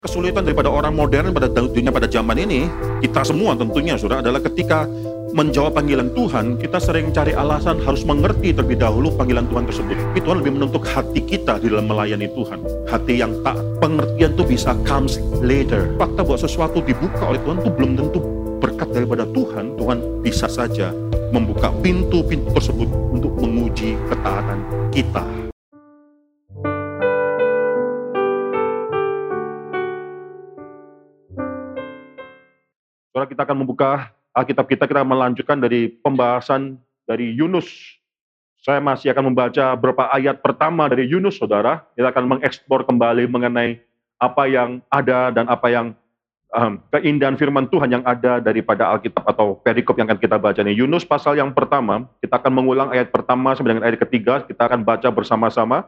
Kesulitan daripada orang modern pada dunia pada zaman ini, kita semua tentunya saudara, adalah ketika menjawab panggilan Tuhan, kita sering cari alasan harus mengerti terlebih dahulu panggilan Tuhan tersebut. Tapi Tuhan lebih menuntut hati kita di dalam melayani Tuhan. Hati yang taat. Pengertian itu bisa comes later. Fakta bahwa sesuatu dibuka oleh Tuhan itu belum tentu berkat daripada Tuhan. Tuhan bisa saja membuka pintu-pintu tersebut untuk menguji ketaatan kita. Saudara, kita akan membuka Alkitab kita melanjutkan dari pembahasan dari Yunus. Saya masih akan membaca beberapa ayat pertama dari Yunus, saudara. Kita akan mengeksplor kembali mengenai apa yang ada dan apa yang keindahan firman Tuhan yang ada daripada Alkitab atau perikop yang akan kita baca. Nih, Yunus pasal yang pertama, kita akan mengulang ayat pertama sampai dengan ayat ketiga, kita akan baca bersama-sama.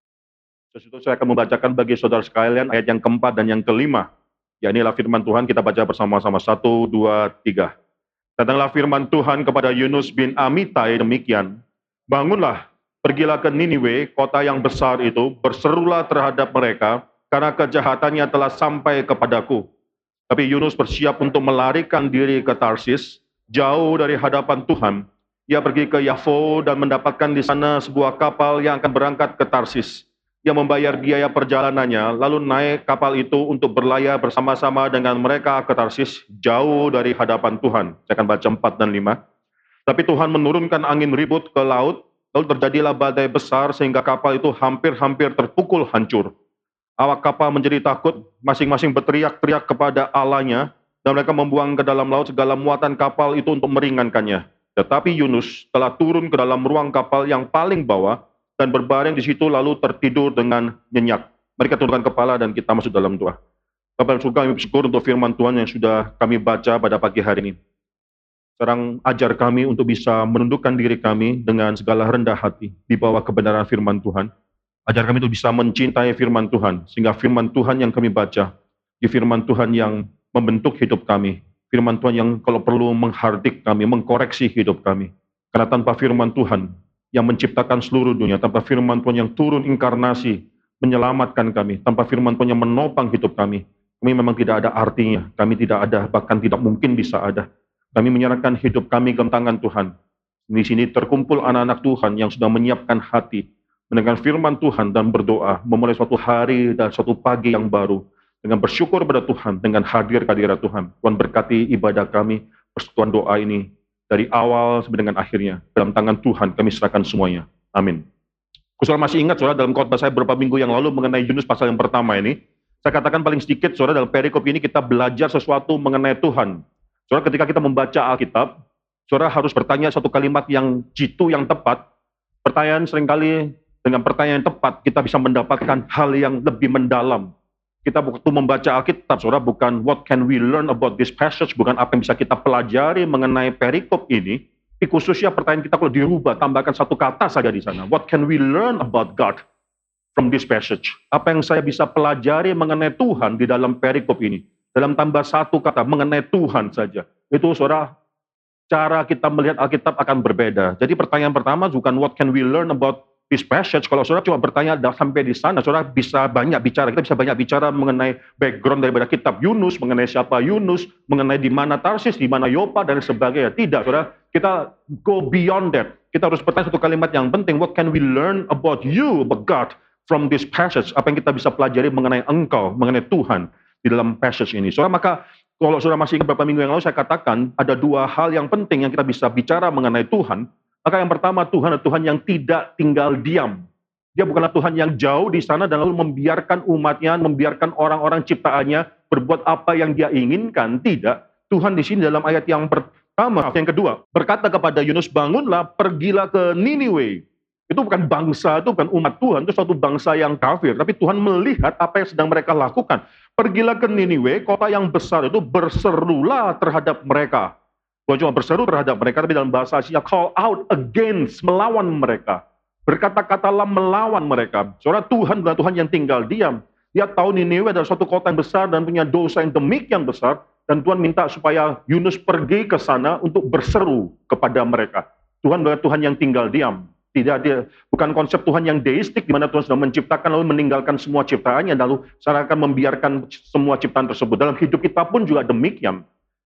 Sesudah saya akan membacakan bagi saudara sekalian ayat yang keempat dan yang kelima. Ya, inilah firman Tuhan, kita baca bersama-sama. 1, 2, 3. Datanglah firman Tuhan kepada Yunus bin Amitai demikian. Bangunlah, pergilah ke Niniwe, kota yang besar itu, berserulah terhadap mereka, karena kejahatannya telah sampai kepadaku. Tapi Yunus bersiap untuk melarikan diri ke Tarsis, jauh dari hadapan Tuhan. Ia pergi ke Yafo dan mendapatkan di sana sebuah kapal yang akan berangkat ke Tarsis. Ia membayar biaya perjalanannya, lalu naik kapal itu untuk berlayar bersama-sama dengan mereka ke Tarsis, jauh dari hadapan Tuhan. Saya akan baca 4 dan 5. Tapi Tuhan menurunkan angin ribut ke laut, lalu terjadilah badai besar sehingga kapal itu hampir-hampir terpukul hancur. Awak kapal menjadi takut, masing-masing berteriak-teriak kepada Allahnya, dan mereka membuang ke dalam laut segala muatan kapal itu untuk meringankannya. Tetapi Yunus telah turun ke dalam ruang kapal yang paling bawah, dan berbaring di situ lalu tertidur dengan nyenyak. Mereka tundukkan kepala dan kita masuk dalam doa. Bapa surga, kami bersyukur untuk firman Tuhan yang sudah kami baca pada pagi hari ini. Sekarang ajar kami untuk bisa menundukkan diri kami dengan segala rendah hati di bawah kebenaran firman Tuhan. Ajar kami untuk bisa mencintai firman Tuhan, sehingga firman Tuhan yang kami baca, di firman Tuhan yang membentuk hidup kami, firman Tuhan yang kalau perlu menghardik kami, mengkoreksi hidup kami. Karena tanpa firman Tuhan yang menciptakan seluruh dunia, tanpa firman Tuhan yang turun inkarnasi, menyelamatkan kami, tanpa firman Tuhan yang menopang hidup kami memang tidak ada artinya, kami tidak ada, bahkan tidak mungkin bisa ada. Kami menyerahkan hidup kami ke tangan Tuhan. Di sini terkumpul anak-anak Tuhan yang sudah menyiapkan hati, mendengar firman Tuhan dan berdoa, memulai suatu hari dan suatu pagi yang baru, dengan bersyukur pada Tuhan, dengan hadir kehadirat Tuhan. Tuhan berkati ibadah kami, persekutuan doa ini, dari awal sampai dengan akhirnya, dalam tangan Tuhan kami serahkan semuanya. Amin. Saudara masih ingat, saudara, dalam khotbah saya beberapa minggu yang lalu mengenai Yunus pasal yang pertama ini, saya katakan paling sedikit, saudara, dalam perikop ini kita belajar sesuatu mengenai Tuhan. Saudara, ketika kita membaca Alkitab, saudara harus bertanya satu kalimat yang jitu, yang tepat. Pertanyaan seringkali dengan pertanyaan yang tepat, kita bisa mendapatkan hal yang lebih mendalam. Kita waktu membaca Alkitab, saudara, bukan what can we learn about this passage, bukan apa yang bisa kita pelajari mengenai perikop ini, tapi khususnya pertanyaan kita kalau dirubah, tambahkan satu kata saja di sana. What can we learn about God from this passage? Apa yang saya bisa pelajari mengenai Tuhan di dalam perikop ini? Dalam tambah satu kata, mengenai Tuhan saja. Itu, saudara, cara kita melihat Alkitab akan berbeda. Jadi pertanyaan pertama bukan what can we learn about this passage. Kalau saudara cuma bertanya sampai di sana, saudara bisa banyak bicara. Kita bisa banyak bicara mengenai background daripada kitab Yunus, mengenai siapa Yunus, mengenai di mana Tarsis, di mana Yopa, dan sebagainya. Tidak, saudara. Kita go beyond that. Kita harus bertanya satu kalimat yang penting. What can we learn about you, about God, from this passage? Apa yang kita bisa pelajari mengenai Engkau, mengenai Tuhan di dalam passage ini. Saudara, maka kalau saudara masih ingat beberapa minggu yang lalu, saya katakan ada dua hal yang penting yang kita bisa bicara mengenai Tuhan. Maka yang pertama, Tuhan adalah Tuhan yang tidak tinggal diam. Dia bukanlah Tuhan yang jauh di sana dan lalu membiarkan umatnya, membiarkan orang-orang ciptaannya berbuat apa yang dia inginkan. Tidak. Tuhan di sini dalam ayat yang pertama, yang kedua, berkata kepada Yunus, bangunlah, pergilah ke Niniwe. Itu bukan bangsa, itu bukan umat Tuhan, itu suatu bangsa yang kafir. Tapi Tuhan melihat apa yang sedang mereka lakukan. Pergilah ke Niniwe, kota yang besar itu, berserulah terhadap mereka. Bukan cuma berseru terhadap mereka, tapi dalam bahasa Asia, call out against, melawan mereka. Berkata-katalah melawan mereka. Saudara, Tuhan bukan Tuhan yang tinggal diam. Dia tahu Niniwe adalah suatu kota yang besar dan punya dosa yang demikian besar. Dan Tuhan minta supaya Yunus pergi ke sana untuk berseru kepada mereka. Tuhan bukan Tuhan yang tinggal diam. Bukan konsep Tuhan yang deistik, di mana Tuhan sudah menciptakan lalu meninggalkan semua ciptaannya, lalu seakan membiarkan semua ciptaan tersebut. Dalam hidup kita pun juga demikian.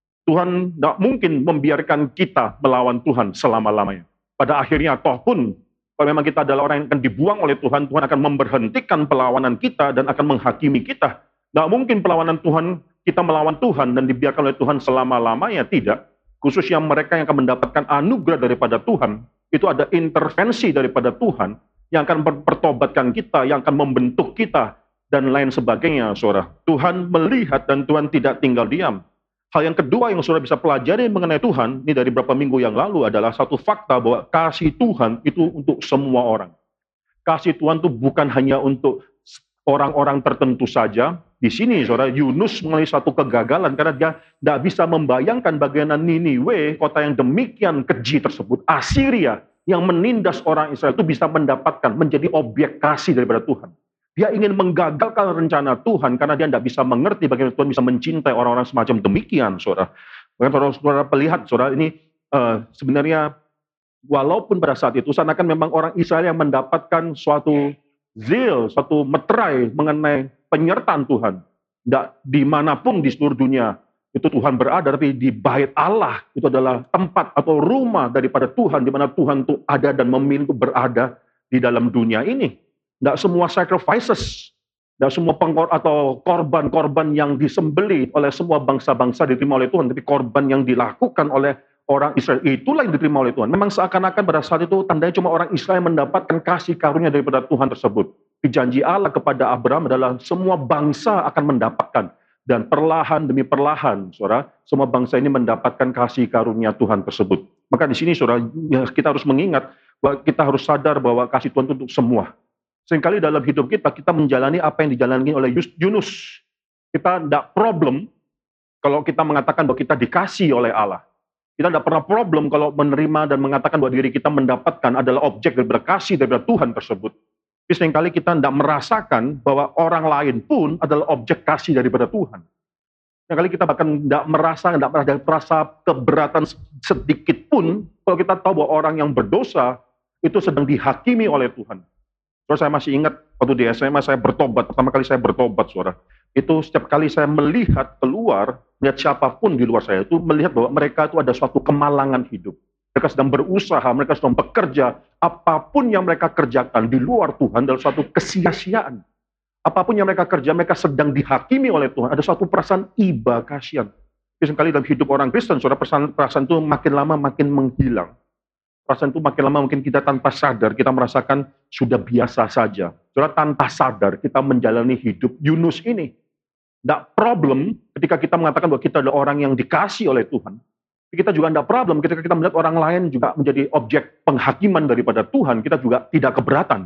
Tuhan tidak mungkin membiarkan kita melawan Tuhan selama-lamanya. Pada akhirnya, toh pun, kalau memang kita adalah orang yang akan dibuang oleh Tuhan, Tuhan akan memberhentikan perlawanan kita dan akan menghakimi kita. Tidak mungkin perlawanan Tuhan, kita melawan Tuhan dan dibiarkan oleh Tuhan selama-lamanya, tidak. Khususnya mereka yang akan mendapatkan anugerah daripada Tuhan, itu ada intervensi daripada Tuhan yang akan mempertobatkan kita, yang akan membentuk kita, dan lain sebagainya, saudara. Tuhan melihat dan Tuhan tidak tinggal diam. Hal yang kedua yang saudara bisa pelajari mengenai Tuhan, ini dari beberapa minggu yang lalu, adalah satu fakta bahwa kasih Tuhan itu untuk semua orang. Kasih Tuhan itu bukan hanya untuk orang-orang tertentu saja. Di sini, saudara, Yunus mengalami satu kegagalan karena dia tidak bisa membayangkan bagaimana Niniwe, kota yang demikian keji tersebut, Asiria, yang menindas orang Israel itu bisa mendapatkan, menjadi objek kasih daripada Tuhan. Dia ingin menggagalkan rencana Tuhan karena dia tidak bisa mengerti bagaimana Tuhan bisa mencintai orang-orang semacam demikian, saudara. Bahkan saudara melihat, saudara, ini sebenarnya walaupun pada saat itu seakan memang orang Israel yang mendapatkan suatu zeal, suatu meterai mengenai penyertaan Tuhan. Tidak dimanapun di seluruh dunia itu Tuhan berada, tapi di bait Allah itu adalah tempat atau rumah daripada Tuhan, di mana Tuhan itu ada dan memilih untuk berada di dalam dunia ini. Tidak semua sacrifices, tidak semua korban-korban yang disembelih oleh semua bangsa-bangsa diterima oleh Tuhan, tapi korban yang dilakukan oleh orang Israel itulah yang diterima oleh Tuhan. Memang seakan-akan pada saat itu tandanya cuma orang Israel mendapatkan kasih karunia daripada Tuhan tersebut. Janji Allah kepada Abraham adalah semua bangsa akan mendapatkan. Dan perlahan demi perlahan, saudara, semua bangsa ini mendapatkan kasih karunia Tuhan tersebut. Maka di sini, saudara, kita harus mengingat bahwa kita harus sadar bahwa kasih Tuhan itu untuk semua. Seringkali dalam hidup kita menjalani apa yang dijalani oleh Yunus. Kita tidak problem kalau kita mengatakan bahwa kita dikasih oleh Allah. Kita tidak pernah problem kalau menerima dan mengatakan bahwa diri kita mendapatkan adalah objek daripada kasih daripada Tuhan tersebut. Tapi seringkali kita tidak merasakan bahwa orang lain pun adalah objek kasih daripada Tuhan. Seringkali kita bahkan tidak merasa keberatan sedikit pun kalau kita tahu bahwa orang yang berdosa itu sedang dihakimi oleh Tuhan. Terus saya masih ingat waktu di SMA saya bertobat, pertama kali saya bertobat, saudara. Itu setiap kali saya melihat keluar, lihat siapapun di luar saya itu melihat bahwa mereka itu ada suatu kemalangan hidup. Mereka sedang berusaha, mereka sedang bekerja, apapun yang mereka kerjakan di luar Tuhan adalah suatu kesia-siaan. Apapun yang mereka kerja, mereka sedang dihakimi oleh Tuhan. Ada suatu perasaan iba, kasihan. Tapi sekali dalam hidup orang Kristen, saudara, perasaan itu makin lama makin menghilang. Perasaan itu makin lama mungkin kita tanpa sadar, kita merasakan sudah biasa saja. Saudara, tanpa sadar kita menjalani hidup Yunus ini. Tidak problem ketika kita mengatakan bahwa kita adalah orang yang dikasih oleh Tuhan. Kita juga tidak problem ketika kita melihat orang lain juga menjadi objek penghakiman daripada Tuhan, kita juga tidak keberatan.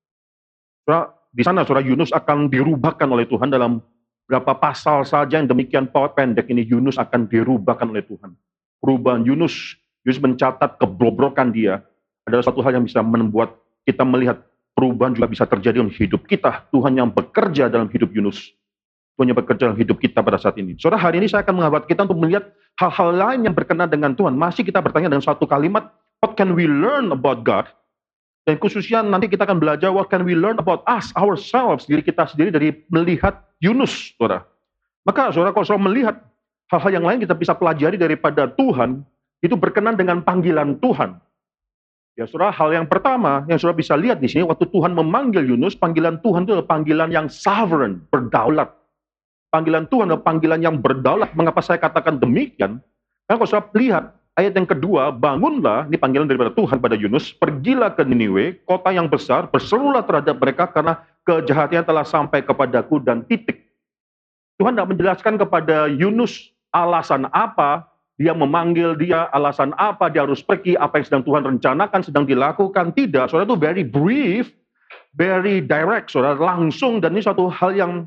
Saudara, di sana saudara Yunus akan dirubahkan oleh Tuhan dalam berapa pasal saja yang demikian pendek ini Yunus akan dirubahkan oleh Tuhan. Perubahan Yunus mencatat kebobrokan dia adalah suatu hal yang bisa membuat kita melihat perubahan juga bisa terjadi dalam hidup kita. Tuhan yang bekerja dalam hidup Yunus. Tuhan yang bekerja dalam hidup kita pada saat ini. Saudara, hari ini saya akan mengajak kita untuk melihat hal-hal lain yang berkenaan dengan Tuhan. Masih kita bertanya dengan satu kalimat, what can we learn about God? Dan khususnya nanti kita akan belajar what can we learn about us, ourselves, diri kita sendiri dari melihat Yunus, saudara. Maka saudara, kalau saudara melihat hal-hal yang lain kita bisa pelajari daripada Tuhan, itu berkenan dengan panggilan Tuhan. Ya, saudara, hal yang pertama yang saudara bisa lihat di sini, waktu Tuhan memanggil Yunus, panggilan Tuhan itu adalah panggilan yang sovereign, berdaulat. Panggilan Tuhan adalah panggilan yang berdaulat. Mengapa saya katakan demikian? Karena kalau saudara lihat ayat yang kedua, bangunlah, ini panggilan daripada Tuhan pada Yunus, pergilah ke Niniwe, kota yang besar, berserulah terhadap mereka karena kejahatannya telah sampai kepadaku dan titik. Tuhan tidak menjelaskan kepada Yunus alasan apa dia memanggil dia, alasan apa dia harus pergi, apa yang sedang Tuhan rencanakan, sedang dilakukan. Tidak, saudara, itu very brief, very direct, saudara, langsung, dan ini suatu hal yang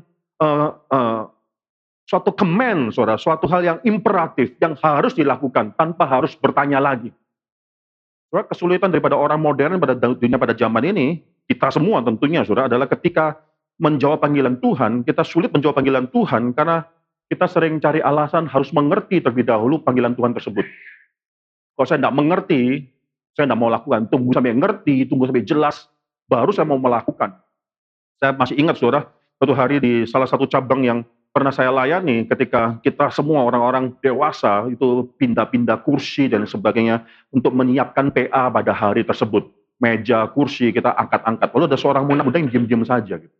suatu command, saudara, suatu hal yang imperatif, yang harus dilakukan, tanpa harus bertanya lagi. Saudara, kesulitan daripada orang modern pada dunia pada zaman ini, kita semua tentunya, saudara, adalah ketika menjawab panggilan Tuhan, kita sulit menjawab panggilan Tuhan, karena kita sering cari alasan harus mengerti terlebih dahulu panggilan Tuhan tersebut. Kalau saya tidak mengerti, Saya tidak mau lakukan. Tunggu sampai ngerti, tunggu sampai jelas, baru saya mau melakukan. Saya masih ingat, saudara, suatu hari di salah satu cabang yang pernah saya layani, ketika kita semua orang-orang dewasa itu pindah-pindah kursi dan sebagainya untuk menyiapkan PA pada hari tersebut. Meja, kursi kita angkat-angkat. Lalu ada seorang muda yang diam-diam saja. Gitu.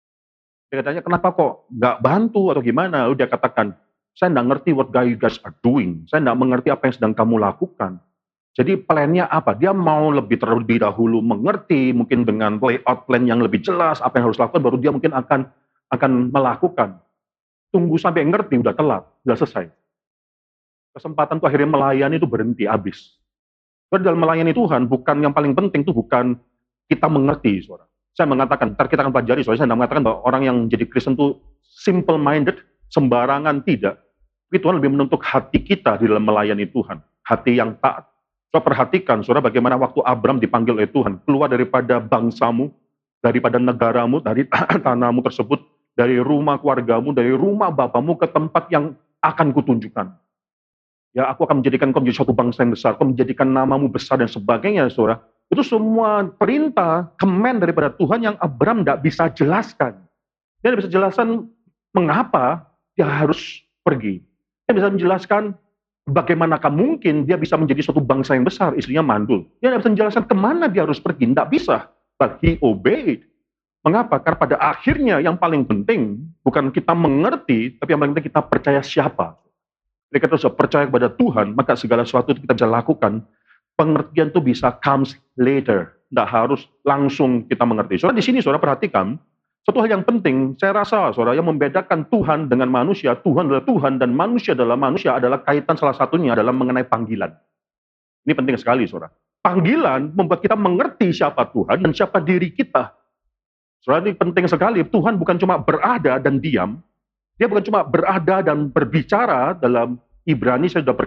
Dia katanya, kenapa kok nggak bantu atau gimana? Lalu dia katakan, saya nggak ngerti what you guys are doing. Saya nggak mengerti apa yang sedang kamu lakukan. Jadi plannya apa? Dia mau terlebih dahulu mengerti, mungkin dengan layout plan yang lebih jelas, apa yang harus lakukan, baru dia mungkin akan melakukan. Tunggu sampai ngerti, udah telat, udah selesai. Kesempatan tuh akhirnya melayani itu berhenti, habis. Karena dalam melayani Tuhan, bukan yang paling penting itu bukan kita mengerti, saudara. Saya mengatakan, ntar kita akan pelajari, saya tidak mengatakan bahwa orang yang jadi Kristen itu simple minded, sembarangan, tidak. Tapi Tuhan lebih menuntut hati kita di dalam melayani Tuhan, hati yang taat. Coba perhatikan, saudara, bagaimana waktu Abram dipanggil oleh Tuhan, keluar daripada bangsamu, daripada negaramu, dari tanahmu tersebut, dari rumah keluargamu, dari rumah bapamu ke tempat yang akan kutunjukkan. Ya, aku akan menjadikan kau menjadi suatu bangsa yang besar, kau menjadikan namamu besar dan sebagainya, saudara. Itu semua perintah, command daripada Tuhan yang Abram tidak bisa jelaskan. Dia tidak bisa jelaskan mengapa dia harus pergi. Dia bisa menjelaskan bagaimanakah mungkin dia bisa menjadi suatu bangsa yang besar, istrinya mandul. Dia tidak bisa menjelaskan kemana dia harus pergi, tidak bisa. But he obeyed. Mengapa? Karena pada akhirnya yang paling penting bukan kita mengerti, tapi yang paling penting kita percaya siapa. Ketika kita sudah percaya kepada Tuhan, maka segala sesuatu kita bisa lakukan. Pengertian itu bisa comes later, tidak harus langsung kita mengerti. Saudara, di sini saudara perhatikan, satu hal yang penting, saya rasa saudara, yang membedakan Tuhan dengan manusia, Tuhan adalah Tuhan dan manusia adalah kaitan salah satunya adalah mengenai panggilan. Ini penting sekali saudara. Panggilan membuat kita mengerti siapa Tuhan dan siapa diri kita. Saudara, ini penting sekali. Tuhan bukan cuma berada dan diam, dia bukan cuma berada dan berbicara. Dalam Ibrani saya sudah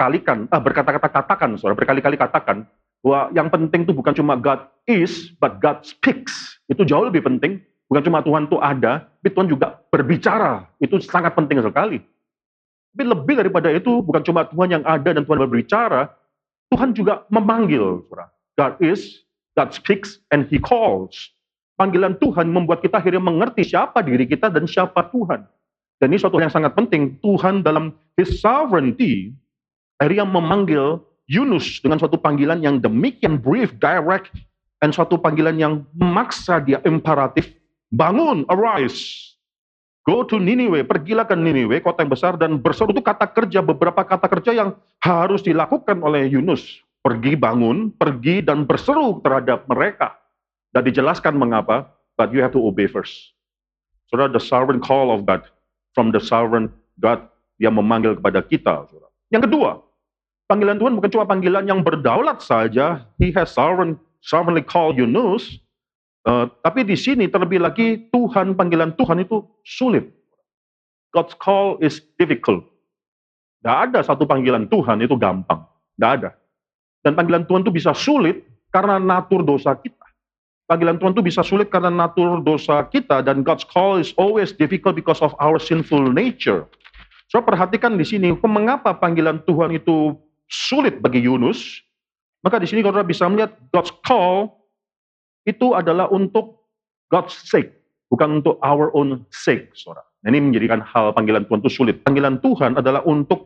berkali-kali katakan bahwa yang penting itu bukan cuma God is, but God speaks. Itu jauh lebih penting. Bukan cuma Tuhan itu ada, tapi Tuhan juga berbicara. Itu sangat penting sekali. Tapi lebih daripada itu, bukan cuma Tuhan yang ada dan Tuhan berbicara, Tuhan juga memanggil. God is, God speaks, and He calls. Panggilan Tuhan membuat kita akhirnya mengerti siapa diri kita dan siapa Tuhan. Dan ini suatu yang sangat penting. Tuhan dalam His sovereignty, akhirnya memanggil Yunus dengan suatu panggilan yang demikian brief, direct, dan suatu panggilan yang memaksa dia imperatif. Bangun, arise, go to Niniwe, pergilah ke Niniwe, kota yang besar, dan berseru. Itu kata kerja, beberapa kata kerja yang harus dilakukan oleh Yunus. Pergi, bangun, pergi, dan berseru terhadap mereka. Dan dijelaskan mengapa, but you have to obey first. Saudara, the sovereign call of God, from the sovereign God, yang memanggil kepada kita. Saudara. Yang kedua, panggilan Tuhan bukan cuma panggilan yang berdaulat saja. He has sovereignly called Yunus. Tapi di sini terlebih lagi panggilan Tuhan itu sulit. God's call is difficult. Tidak ada satu panggilan Tuhan itu gampang. Tidak ada. Dan panggilan Tuhan itu bisa sulit karena natur dosa kita. Panggilan Tuhan itu bisa sulit karena natur dosa kita. Dan God's call is always difficult because of our sinful nature. So perhatikan di sini, mengapa panggilan Tuhan itu sulit bagi Yunus. Maka di sini saudara bisa melihat God's call itu adalah untuk God's sake, bukan untuk our own sake, saudara. Nah, ini menjadikan hal panggilan Tuhan itu sulit. Panggilan Tuhan adalah untuk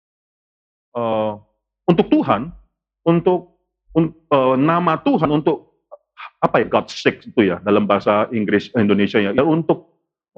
Tuhan, untuk nama Tuhan, untuk apa ya, God's sake itu ya dalam bahasa Inggris Indonesia ya, untuk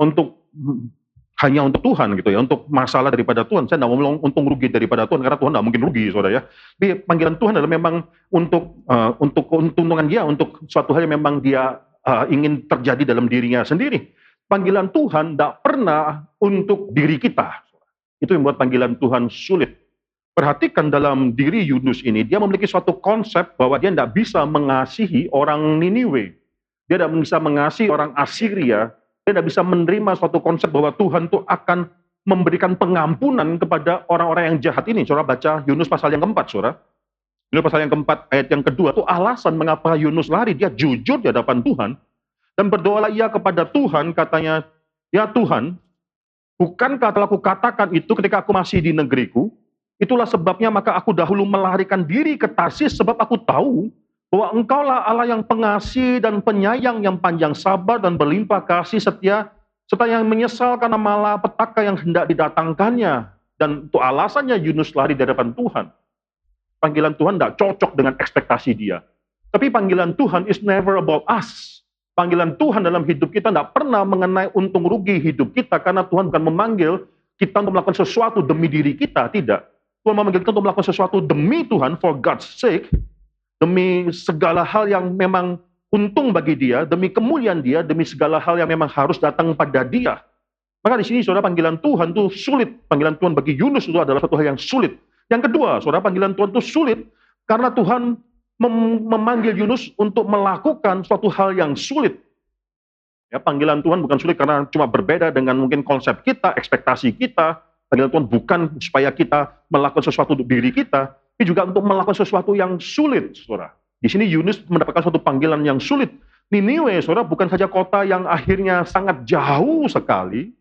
hanya untuk Tuhan gitu ya, untuk masalah daripada Tuhan. Saya tidak mau bilang untung rugi daripada Tuhan, karena Tuhan tidak mungkin rugi, saudara ya. Tapi panggilan Tuhan adalah memang untuk keuntungan dia, untuk suatu hal yang memang dia ingin terjadi dalam dirinya sendiri. Panggilan Tuhan tidak pernah untuk diri kita. Itu yang membuat panggilan Tuhan sulit. Perhatikan dalam diri Yunus ini, dia memiliki suatu konsep bahwa dia tidak bisa mengasihi orang Niniwe. Dia tidak bisa mengasihi orang Assyria. Dia tidak bisa menerima suatu konsep bahwa Tuhan itu akan memberikan pengampunan kepada orang-orang yang jahat ini. Saudara baca Yunus pasal yang keempat, saudara. Yunus pasal yang keempat, ayat yang kedua, itu alasan mengapa Yunus lari. Dia jujur di hadapan Tuhan. Dan berdoalah ia kepada Tuhan, katanya, ya Tuhan, bukankah telah kukatakan itu ketika aku masih di negeriku? Itulah sebabnya maka aku dahulu melarikan diri ke Tarsis, sebab aku tahu bahwa Engkaulah Allah yang pengasih dan penyayang, yang panjang sabar dan berlimpah kasih setia, serta yang menyesal karena malapetaka yang hendak didatangkannya. Dan itu alasannya Yunus lari dari hadapan Tuhan. Panggilan Tuhan tidak cocok dengan ekspektasi dia. Tapi panggilan Tuhan is never about us. Panggilan Tuhan dalam hidup kita tidak pernah mengenai untung rugi hidup kita, karena Tuhan bukan memanggil kita untuk melakukan sesuatu demi diri kita, tidak. Tuhan memanggil kita untuk melakukan sesuatu demi Tuhan, for God's sake, demi segala hal yang memang untung bagi dia, demi kemuliaan dia, demi segala hal yang memang harus datang pada dia. Maka di sini saudara, panggilan Tuhan itu sulit. Panggilan Tuhan bagi Yunus itu adalah suatu hal yang sulit. Yang kedua, saudara, panggilan Tuhan itu sulit karena Tuhan memanggil Yunus untuk melakukan suatu hal yang sulit. Ya, panggilan Tuhan bukan sulit karena cuma berbeda dengan mungkin konsep kita, ekspektasi kita. Panggilan Tuhan bukan supaya kita melakukan sesuatu untuk diri kita, tapi juga untuk melakukan sesuatu yang sulit, saudara. Di sini Yunus mendapatkan suatu panggilan yang sulit. Niniwe, saudara, bukan saja kota yang akhirnya sangat jauh sekali.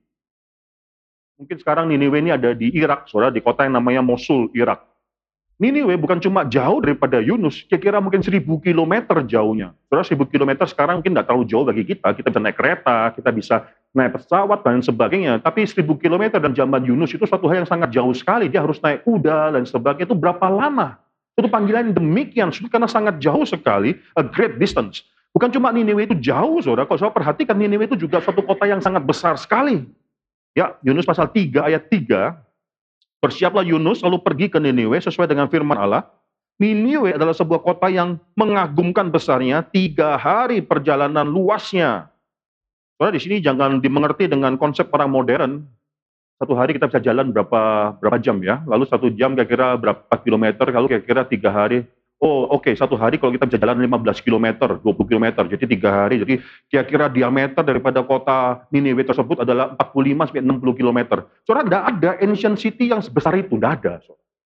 Mungkin sekarang Niniwe ini ada di Irak, saudara, di kota yang namanya Mosul, Irak. Niniwe bukan cuma jauh daripada Yunus, kira-kira mungkin 1000 kilometer jauhnya. Saudara, 1000 kilometer sekarang mungkin tidak terlalu jauh bagi kita. Kita bisa naik kereta, kita bisa naik pesawat, dan sebagainya. Tapi 1000 kilometer dan zaman Yunus itu suatu hal yang sangat jauh sekali. Dia harus naik kuda dan sebagainya. Itu berapa lama? Itu panggilan demikian sulit karena sangat jauh sekali, a great distance. Bukan cuma Niniwe itu jauh, saudara. Kalau saudara perhatikan, Niniwe itu juga suatu kota yang sangat besar sekali. Ya, Yunus pasal 3 ayat 3, bersiaplah Yunus lalu pergi ke Niniwe sesuai dengan firman Allah. Niniwe adalah sebuah kota yang mengagumkan besarnya, 3 hari perjalanan luasnya. Soalnya di sini jangan dimengerti dengan konsep orang modern. Satu hari kita bisa jalan berapa jam ya, lalu 1 jam kira-kira berapa kilometer, lalu kira-kira 3 hari. Oh oke, 1 hari kalau kita bisa jalan 15 kilometer, 20 kilometer, jadi 3 hari. Jadi kira-kira diameter daripada kota Niniwe tersebut adalah 45 sampai 60 kilometer. Saudara, tidak ada ancient city yang sebesar itu, tidak ada.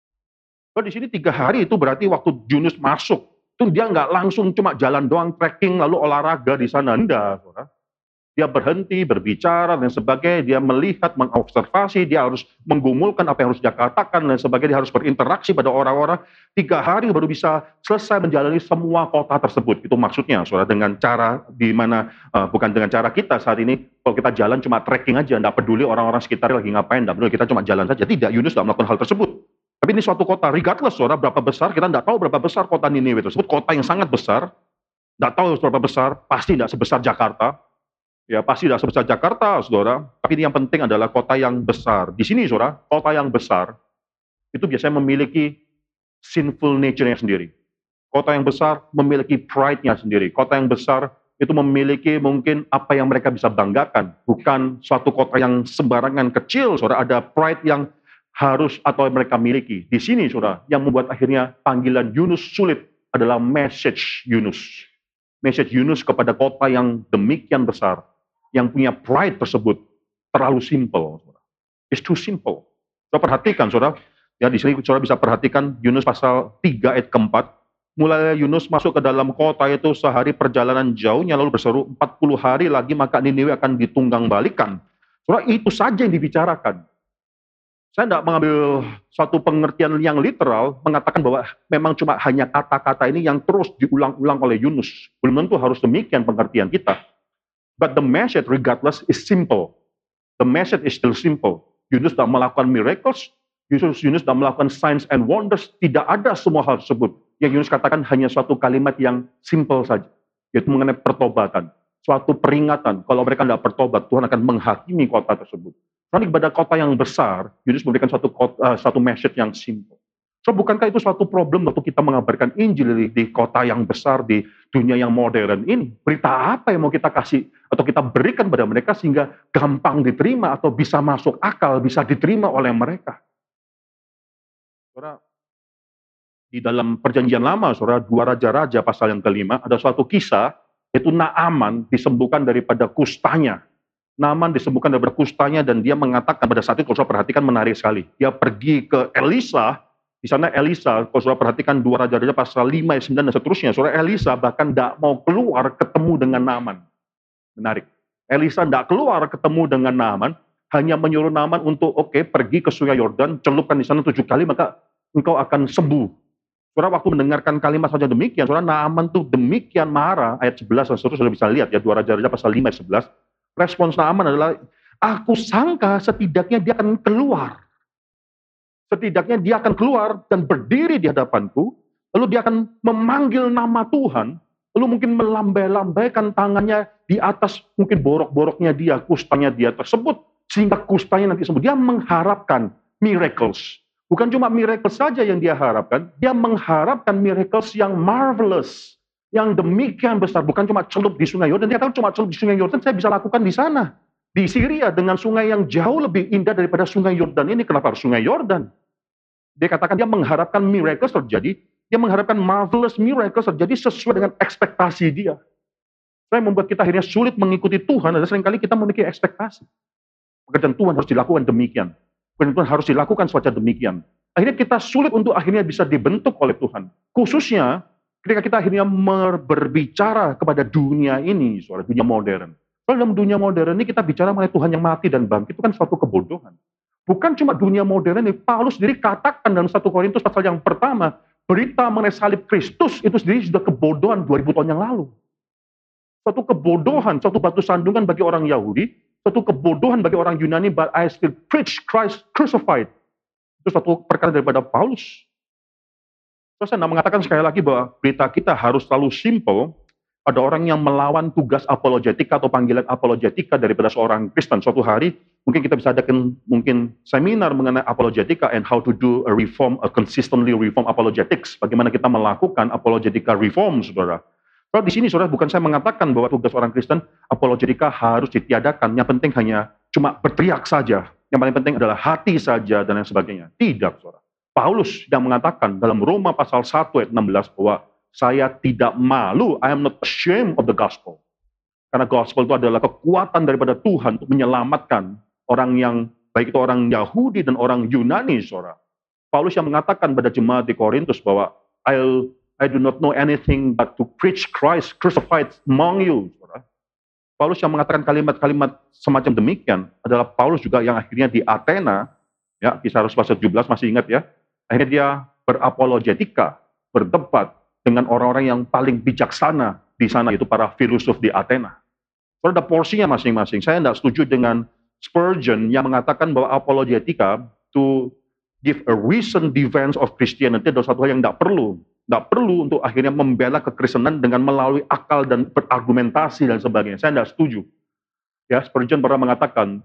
Kalau di sini 3 hari itu berarti waktu Yunus masuk, itu dia nggak langsung cuma jalan doang, trekking lalu olahraga di sana, tidak, saudara. Dia berhenti, berbicara, dan sebagainya. Dia melihat, mengobservasi, dia harus menggumulkan apa yang harus dia katakan, dan sebagainya. Dia harus berinteraksi pada orang-orang. 3 hari baru bisa selesai menjalani semua kota tersebut. Itu maksudnya, saudara, dengan cara di mana, bukan dengan cara kita saat ini, kalau kita jalan cuma trekking aja, tidak peduli orang-orang sekitar lagi ngapain, tidak peduli, kita cuma jalan saja. Tidak, Yunus tidak melakukan hal tersebut. Tapi ini suatu kota, regardless, saudara, berapa besar, kita tidak tahu berapa besar kota Niniwe tersebut, kota yang sangat besar, tidak tahu berapa besar, pasti tidak sebesar Jakarta. Ya, pasti tidak sebesar Jakarta, saudara. Tapi ini yang penting adalah kota yang besar. Di sini, saudara, kota yang besar itu biasanya memiliki sinful nature-nya sendiri. Kota yang besar memiliki pride-nya sendiri. Kota yang besar itu memiliki mungkin apa yang mereka bisa banggakan. Bukan suatu kota yang sembarangan kecil, saudara. Ada pride yang harus atau mereka miliki. Di sini, saudara, yang membuat akhirnya panggilan Yunus sulit adalah message Yunus. Message Yunus kepada kota yang demikian besar, yang punya pride tersebut terlalu simple. It's too simple. Saudara perhatikan, saudara. Ya, di sini saudara bisa perhatikan Yunus pasal 3 ayat keempat. Mulai Yunus masuk ke dalam kota itu sehari perjalanan jauhnya, lalu berseru 40 hari lagi maka Niniwe akan ditunggang balikan. Saudara, itu saja yang dibicarakan. Saya tidak mengambil satu pengertian yang literal, mengatakan bahwa memang cuma hanya kata-kata ini yang terus diulang-ulang oleh Yunus. Belum tentu harus demikian pengertian kita. But the message regardless is simple. The message is still simple. Yunus tidak melakukan miracles, Yunus tidak melakukan signs and wonders, tidak ada semua hal tersebut. Yang Yunus katakan hanya suatu kalimat yang simple saja, yaitu mengenai pertobatan. Suatu peringatan, kalau mereka tidak bertobat, Tuhan akan menghakimi kota tersebut. Karena kepada kota yang besar, Yunus memberikan satu message yang simple. So, bukankah itu suatu problem waktu kita mengabarkan Injil di kota yang besar, di dunia yang modern ini? Berita apa yang mau kita kasih atau kita berikan pada mereka sehingga gampang diterima atau bisa masuk akal, bisa diterima oleh mereka? Saudara, di dalam perjanjian lama, saudara, 2 Raja-Raja pasal yang kelima, ada suatu kisah, yaitu Naaman disembuhkan daripada kustanya. Naaman disembuhkan daripada kustanya, dan dia mengatakan pada saat itu, kalau saudara perhatikan menarik sekali. Dia pergi ke Elisa. Di sana Elisa, kalau saudara perhatikan 2 Raja-Raja pasal 5, 9, dan seterusnya, saudara, Elisa bahkan tidak mau keluar ketemu dengan Naaman. Menarik. Elisa tidak keluar ketemu dengan Naaman, hanya menyuruh Naaman untuk pergi ke sungai Yordan, celupkan di sana 7 kali, maka engkau akan sembuh. Saudara, waktu mendengarkan kalimat saja demikian, saudara, Naaman tuh demikian marah. Ayat 11 dan seterusnya sudah bisa lihat ya, 2 Raja-Raja pasal 5 ayat 11. Respons Naaman adalah, aku sangka setidaknya dia akan keluar. Setidaknya dia akan keluar dan berdiri di hadapanku, lalu dia akan memanggil nama Tuhan, lalu mungkin melambai-lambaikan tangannya di atas mungkin borok-boroknya dia, kustanya dia tersebut, sehingga kustanya nanti sembuh. Dia mengharapkan miracles. Bukan cuma miracles saja yang dia harapkan, dia mengharapkan miracles yang marvelous, yang demikian besar. Bukan cuma celup di sungai Yordan, dia tahu cuma celup di sungai Yordan, saya bisa lakukan di sana. Di Syria dengan sungai yang jauh lebih indah daripada sungai Yordan ini. Kenapa harus sungai Yordan? Dia katakan dia mengharapkan miracles terjadi, dia mengharapkan marvelous miracles terjadi sesuai dengan ekspektasi dia. Saya membuat kita akhirnya sulit mengikuti Tuhan, dan seringkali kita memiliki ekspektasi. Pekerjaan Tuhan harus dilakukan demikian. Pekerjaan Tuhan harus dilakukan semacam demikian. Akhirnya kita sulit untuk akhirnya bisa dibentuk oleh Tuhan. Khususnya ketika kita akhirnya berbicara kepada dunia ini, dunia modern. Kalau dalam dunia modern ini kita bicara mengenai Tuhan yang mati dan bangkit, itu kan suatu kebodohan. Bukan cuma dunia modern ini, Paulus sendiri katakan dalam 1 Korintus pasal yang pertama, berita mengenai salib Kristus itu sendiri sudah kebodohan 2000 tahun yang lalu. Suatu kebodohan, suatu batu sandungan bagi orang Yahudi, suatu kebodohan bagi orang Yunani, but I still preach Christ crucified. Itu suatu perkara daripada Paulus. Terus saya mengatakan sekali lagi bahwa berita kita harus selalu simple. Ada orang yang melawan tugas apologetika atau panggilan apologetika daripada seorang Kristen. Suatu hari mungkin kita bisa adakan mungkin seminar mengenai apologetika and how to do a reform, a consistently reform apologetics. Bagaimana kita melakukan apologetika reform, saudara. Kalau di sini, saudara, bukan saya mengatakan bahwa tugas orang Kristen apologetika harus ditiadakan. Yang penting hanya cuma berteriak saja. Yang paling penting adalah hati saja dan lain sebagainya. Tidak, saudara. Paulus yang mengatakan dalam Roma pasal 1 ayat 16 bahwa saya tidak malu, I am not ashamed of the gospel. Karena gospel itu adalah kekuatan daripada Tuhan untuk menyelamatkan orang yang, baik itu orang Yahudi dan orang Yunani, saudara. Paulus yang mengatakan pada jemaat di Korintus bahwa I do not know anything but to preach Christ crucified among you, saudara. Paulus yang mengatakan kalimat-kalimat semacam demikian adalah Paulus juga yang akhirnya di Athena, ya, Kisah Rasul pasal 17 masih ingat ya, akhirnya dia berapologetika, berdebat dengan orang-orang yang paling bijaksana di sana, itu para filosof di Athena. Ada porsinya masing-masing. Saya tidak setuju dengan Spurgeon yang mengatakan bahwa apologetika to give a recent defense of Christianity adalah satu hal yang tidak perlu. Tidak perlu untuk akhirnya membela kekristenan dengan melalui akal dan berargumentasi dan sebagainya. Saya tidak setuju. Ya, Spurgeon pernah mengatakan,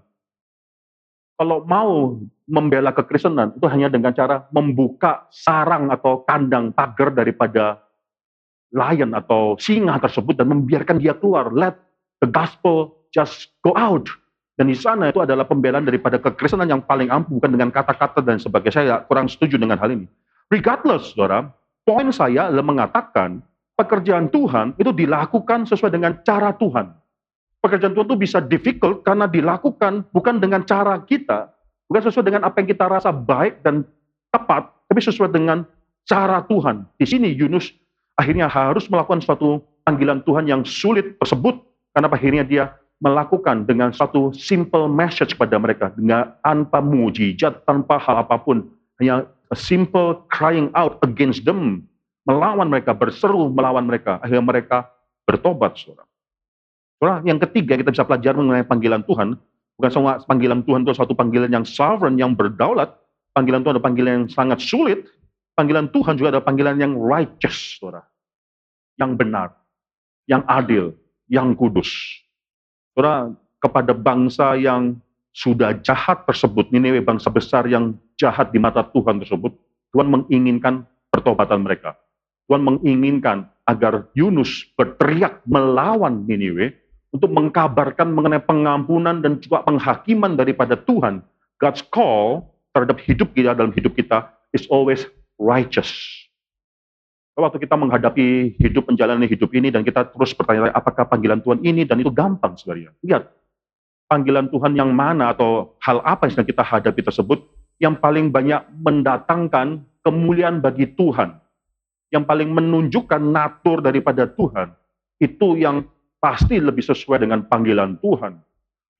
kalau mau membela kekristenan itu hanya dengan cara membuka sarang atau kandang pagar daripada lion atau singa tersebut dan membiarkan dia keluar. Let the gospel just go out. Dan di sana itu adalah pembelaan daripada kekristenan yang paling ampuh, bukan dengan kata-kata dan sebagainya. Saya kurang setuju dengan hal ini. Regardless, saudara, poin saya adalah mengatakan pekerjaan Tuhan itu dilakukan sesuai dengan cara Tuhan. Pekerjaan Tuhan itu bisa difficult karena dilakukan bukan dengan cara kita, bukan sesuai dengan apa yang kita rasa baik dan tepat, tapi sesuai dengan cara Tuhan. Di sini Yunus akhirnya harus melakukan suatu panggilan Tuhan yang sulit tersebut, karena akhirnya dia melakukan dengan satu simple message kepada mereka, dengan tanpa mujizat, tanpa hal apapun, hanya a simple crying out against them, melawan mereka, berseru melawan mereka, akhirnya mereka bertobat, saudara. Saudara, yang ketiga kita bisa pelajari mengenai panggilan Tuhan, bukan semua panggilan Tuhan itu suatu panggilan yang sovereign, yang berdaulat. Panggilan Tuhan adalah panggilan yang sangat sulit. Panggilan Tuhan juga adalah panggilan yang righteous, saudara. Yang benar, yang adil, yang kudus. Saudara, kepada bangsa yang sudah jahat tersebut, Niniwe bangsa besar yang jahat di mata Tuhan tersebut, Tuhan menginginkan pertobatan mereka. Tuhan menginginkan agar Yunus berteriak melawan Niniwe untuk mengkabarkan mengenai pengampunan dan juga penghakiman daripada Tuhan. God's call terhadap hidup kita, dalam hidup kita, is always righteous. Waktu kita menghadapi hidup, menjalani hidup ini, dan kita terus bertanya, apakah panggilan Tuhan ini, dan itu gampang sebenarnya. Lihat, panggilan Tuhan yang mana atau hal apa yang sedang kita hadapi tersebut, yang paling banyak mendatangkan kemuliaan bagi Tuhan, yang paling menunjukkan natur daripada Tuhan, itu yang pasti lebih sesuai dengan panggilan Tuhan.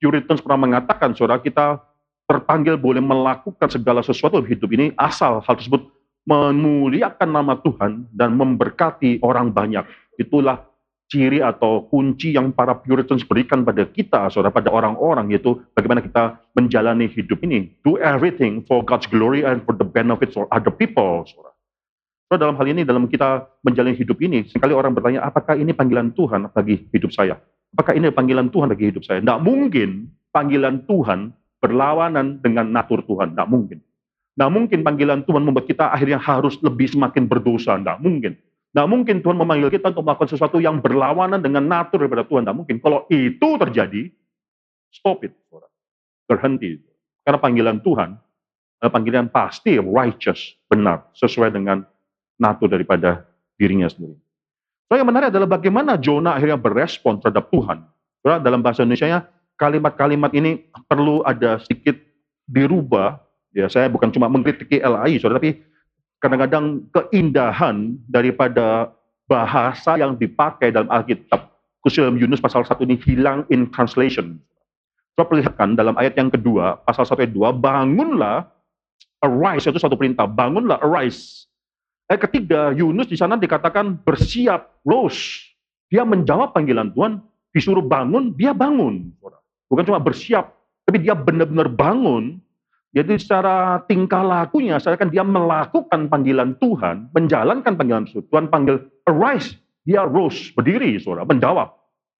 Puritans pernah mengatakan, saudara, kita terpanggil boleh melakukan segala sesuatu di hidup ini asal hal tersebut memuliakan nama Tuhan dan memberkati orang banyak. Itulah ciri atau kunci yang para Puritans berikan pada kita, saudara, pada orang-orang, yaitu bagaimana kita menjalani hidup ini. Do everything for God's glory and for the benefits of other people, saudara. So, dalam hal ini, dalam kita menjalani hidup ini, sekali orang bertanya, apakah ini panggilan Tuhan bagi hidup saya? Apakah ini panggilan Tuhan bagi hidup saya? Tidak mungkin panggilan Tuhan berlawanan dengan natur Tuhan. Tidak mungkin. Tidak mungkin panggilan Tuhan membuat kita akhirnya harus lebih semakin berdosa. Tidak mungkin. Tidak mungkin Tuhan memanggil kita untuk melakukan sesuatu yang berlawanan dengan natur daripada Tuhan. Tidak mungkin. Kalau itu terjadi, stop it. Berhenti. Karena panggilan Tuhan, panggilan pasti righteous, benar, sesuai dengan natur daripada dirinya sendiri. So, yang menarik adalah bagaimana Jonah akhirnya berespon terhadap Tuhan. So, dalam bahasa Indonesianya, kalimat-kalimat ini perlu ada sedikit dirubah. Ya, saya bukan cuma mengkritiki LAI, saudara, tapi kadang-kadang keindahan daripada bahasa yang dipakai dalam Alkitab, khususnya dalam Yunus pasal 1 ini hilang in translation. Coba perlihatkan dalam ayat yang kedua, pasal 1 ayat 2, bangunlah, arise, itu satu perintah, bangunlah, arise. Ayat ketiga, Yunus di sana dikatakan bersiap, rose. Dia menjawab panggilan Tuhan, disuruh bangun, dia bangun. Bukan cuma bersiap, tapi dia benar-benar bangun. Jadi secara tingkah lakunya, seakan dia melakukan panggilan Tuhan, menjalankan panggilan Tuhan. Tuhan panggil, arise, dia rose, berdiri, saudara, menjawab.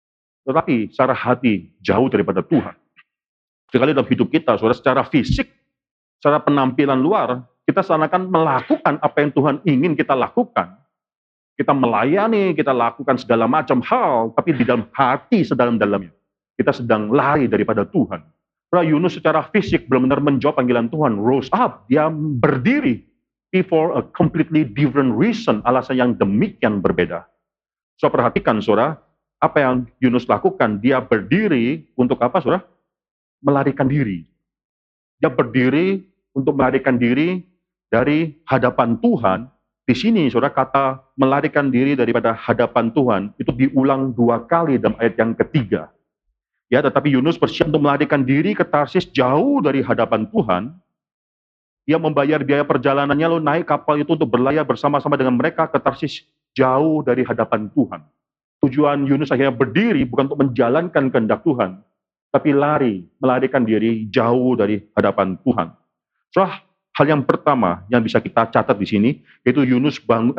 Tetapi secara hati jauh daripada Tuhan. Sekali dalam hidup kita, saudara, secara fisik, secara penampilan luar, kita seakan melakukan apa yang Tuhan ingin kita lakukan. Kita melayani, kita lakukan segala macam hal, tapi di dalam hati sedalam-dalamnya, kita sedang lari daripada Tuhan. Karena Yunus secara fisik benar-benar menjawab panggilan Tuhan, rose up, dia berdiri for a completely different reason, alasan yang demikian berbeda. So, perhatikan, saudara, apa yang Yunus lakukan, dia berdiri untuk apa, saudara? Melarikan diri. Dia berdiri untuk melarikan diri dari hadapan Tuhan. Di sini, saudara, kata melarikan diri daripada hadapan Tuhan, itu diulang 2 kali dalam ayat yang ketiga. Ya, tetapi Yunus bersiap untuk melarikan diri ke Tarsis jauh dari hadapan Tuhan. Dia membayar biaya perjalanannya, lalu naik kapal itu untuk berlayar bersama-sama dengan mereka ke Tarsis jauh dari hadapan Tuhan. Tujuan Yunus akhirnya berdiri bukan untuk menjalankan kehendak Tuhan, tapi melarikan diri jauh dari hadapan Tuhan. So, hal yang pertama yang bisa kita catat di sini, yaitu Yunus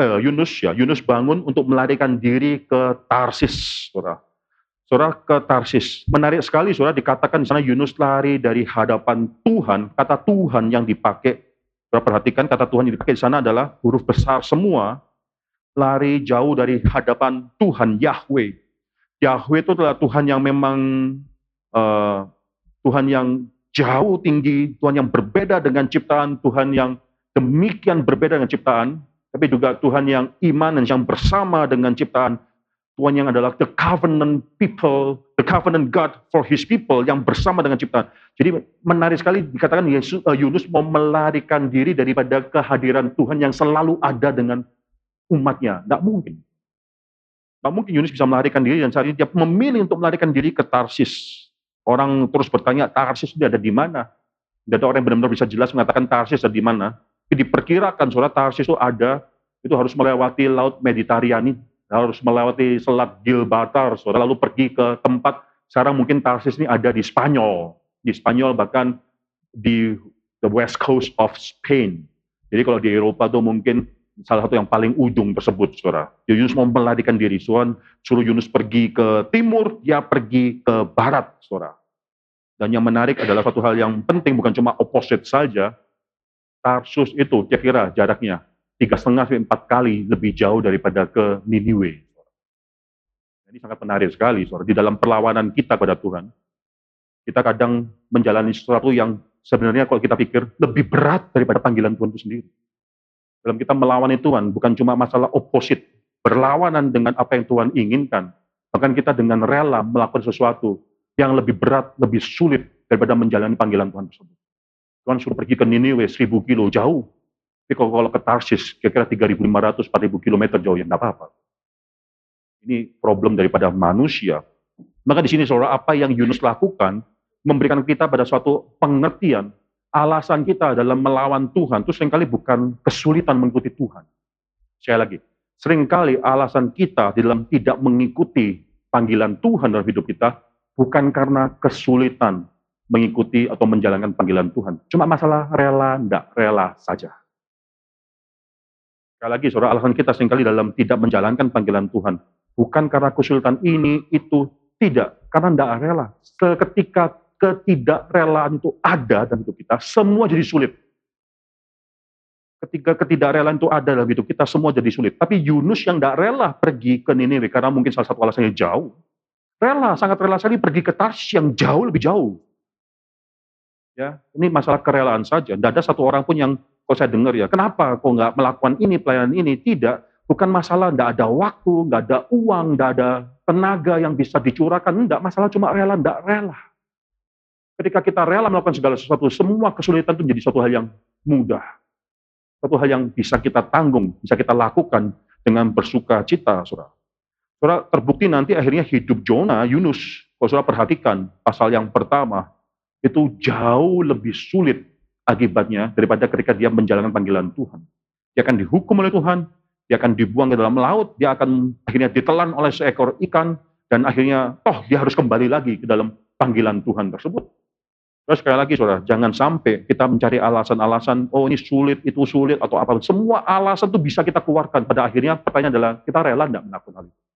bangun untuk melarikan diri ke Tarsis, saudara. Saudara, ke Tarsis. Menarik sekali, saudara, dikatakan di sana Yunus lari dari hadapan Tuhan. Kata Tuhan yang dipakai, saudara perhatikan, kata Tuhan yang dipakai di sana adalah huruf besar semua. Lari jauh dari hadapan Tuhan, Yahweh. Yahweh itu adalah Tuhan yang memang Tuhan yang jauh tinggi, Tuhan yang berbeda dengan ciptaan, Tuhan yang demikian berbeda dengan ciptaan, tapi juga Tuhan yang iman dan yang bersama dengan ciptaan. Tuhan yang adalah the covenant people, the covenant God for his people, yang bersama dengan ciptaan. Jadi menarik sekali dikatakan Yunus mau melarikan diri daripada kehadiran Tuhan yang selalu ada dengan umatnya. Tidak mungkin. Tidak mungkin Yunus bisa melarikan diri, dan saat ini dia memilih untuk melarikan diri ke Tarsis. Orang terus bertanya, Tarsis itu ada di mana? Tidak ada orang yang benar-benar bisa jelas mengatakan Tarsis ada di mana. Tapi diperkirakan, saudara, Tarsis itu ada, itu harus melewati Laut Mediterania, harus melewati Selat Gibraltar, saudara, lalu pergi ke tempat, sekarang mungkin Tarsis ini ada di Spanyol. Di Spanyol, bahkan di the west coast of Spain. Jadi kalau di Eropa itu mungkin salah satu yang paling ujung tersebut, saudara. Yunus mau melarikan diri, suruh Yunus pergi ke timur, dia pergi ke barat, saudara. Dan yang menarik adalah satu hal yang penting, bukan cuma opposite saja. Tarsus itu kira-kira jaraknya 3,5-4 kali lebih jauh daripada ke Niniwe. Ini sangat menarik sekali, saudara. Di dalam perlawanan kita kepada Tuhan, kita kadang menjalani sesuatu yang sebenarnya kalau kita pikir lebih berat daripada panggilan Tuhan itu sendiri. Dalam kita melawani Tuhan, bukan cuma masalah opposite, berlawanan dengan apa yang Tuhan inginkan. Bahkan kita dengan rela melakukan sesuatu yang lebih berat, lebih sulit daripada menjalani panggilan Tuhan tersebut. Tuhan suruh pergi ke Niniwe 1.000 kilo jauh. Tapi kalau ke Tarsis, kira-kira 3.500, 4.000 kilometer jauh, ya tidak apa-apa. Ini problem daripada manusia. Maka di sini, saudara, apa yang Yunus lakukan, memberikan kita pada suatu pengertian, alasan kita dalam melawan Tuhan itu seringkali bukan kesulitan mengikuti Tuhan. Sekali lagi, seringkali alasan kita di dalam tidak mengikuti panggilan Tuhan dalam hidup kita bukan karena kesulitan mengikuti atau menjalankan panggilan Tuhan. Cuma masalah rela, enggak rela saja. Sekali lagi, saudara, alasan kita seringkali dalam tidak menjalankan panggilan Tuhan bukan karena kesulitan ini, itu, tidak. Karena enggak rela. Seketika ketidakrelaan itu ada dalam hidup kita, semua jadi sulit. Ketika ketidakrelaan itu ada dalam hidup kita, semua jadi sulit. Tapi Yunus yang enggak rela pergi ke Niniwe, karena mungkin salah satu alasannya jauh. Rela, sangat rela sekali pergi ke Tarshish yang jauh lebih jauh. Ya, ini masalah kerelaan saja. Tidak ada satu orang pun yang, kalau saya dengar ya, kenapa kok nggak melakukan ini, pelayanan ini? Tidak, bukan masalah nggak ada waktu, nggak ada uang, nggak ada tenaga yang bisa dicurahkan. Enggak, masalah cuma rela, nggak rela. Ketika kita rela melakukan segala sesuatu, semua kesulitan itu menjadi suatu hal yang mudah. Suatu hal yang bisa kita tanggung, bisa kita lakukan dengan bersuka cita, saudara. Saudara, terbukti nanti akhirnya hidup Yunus, kalau saudara perhatikan, pasal yang pertama, itu jauh lebih sulit akibatnya daripada ketika dia menjalankan panggilan Tuhan. Dia akan dihukum oleh Tuhan, dia akan dibuang ke dalam laut, dia akan akhirnya ditelan oleh seekor ikan, dan akhirnya dia harus kembali lagi ke dalam panggilan Tuhan tersebut. Terus sekali lagi, saudara, jangan sampai kita mencari alasan-alasan, ini sulit, itu sulit, atau apa. Semua alasan itu bisa kita keluarkan. Pada akhirnya pertanyaan adalah, kita rela tidak melakukan hal itu?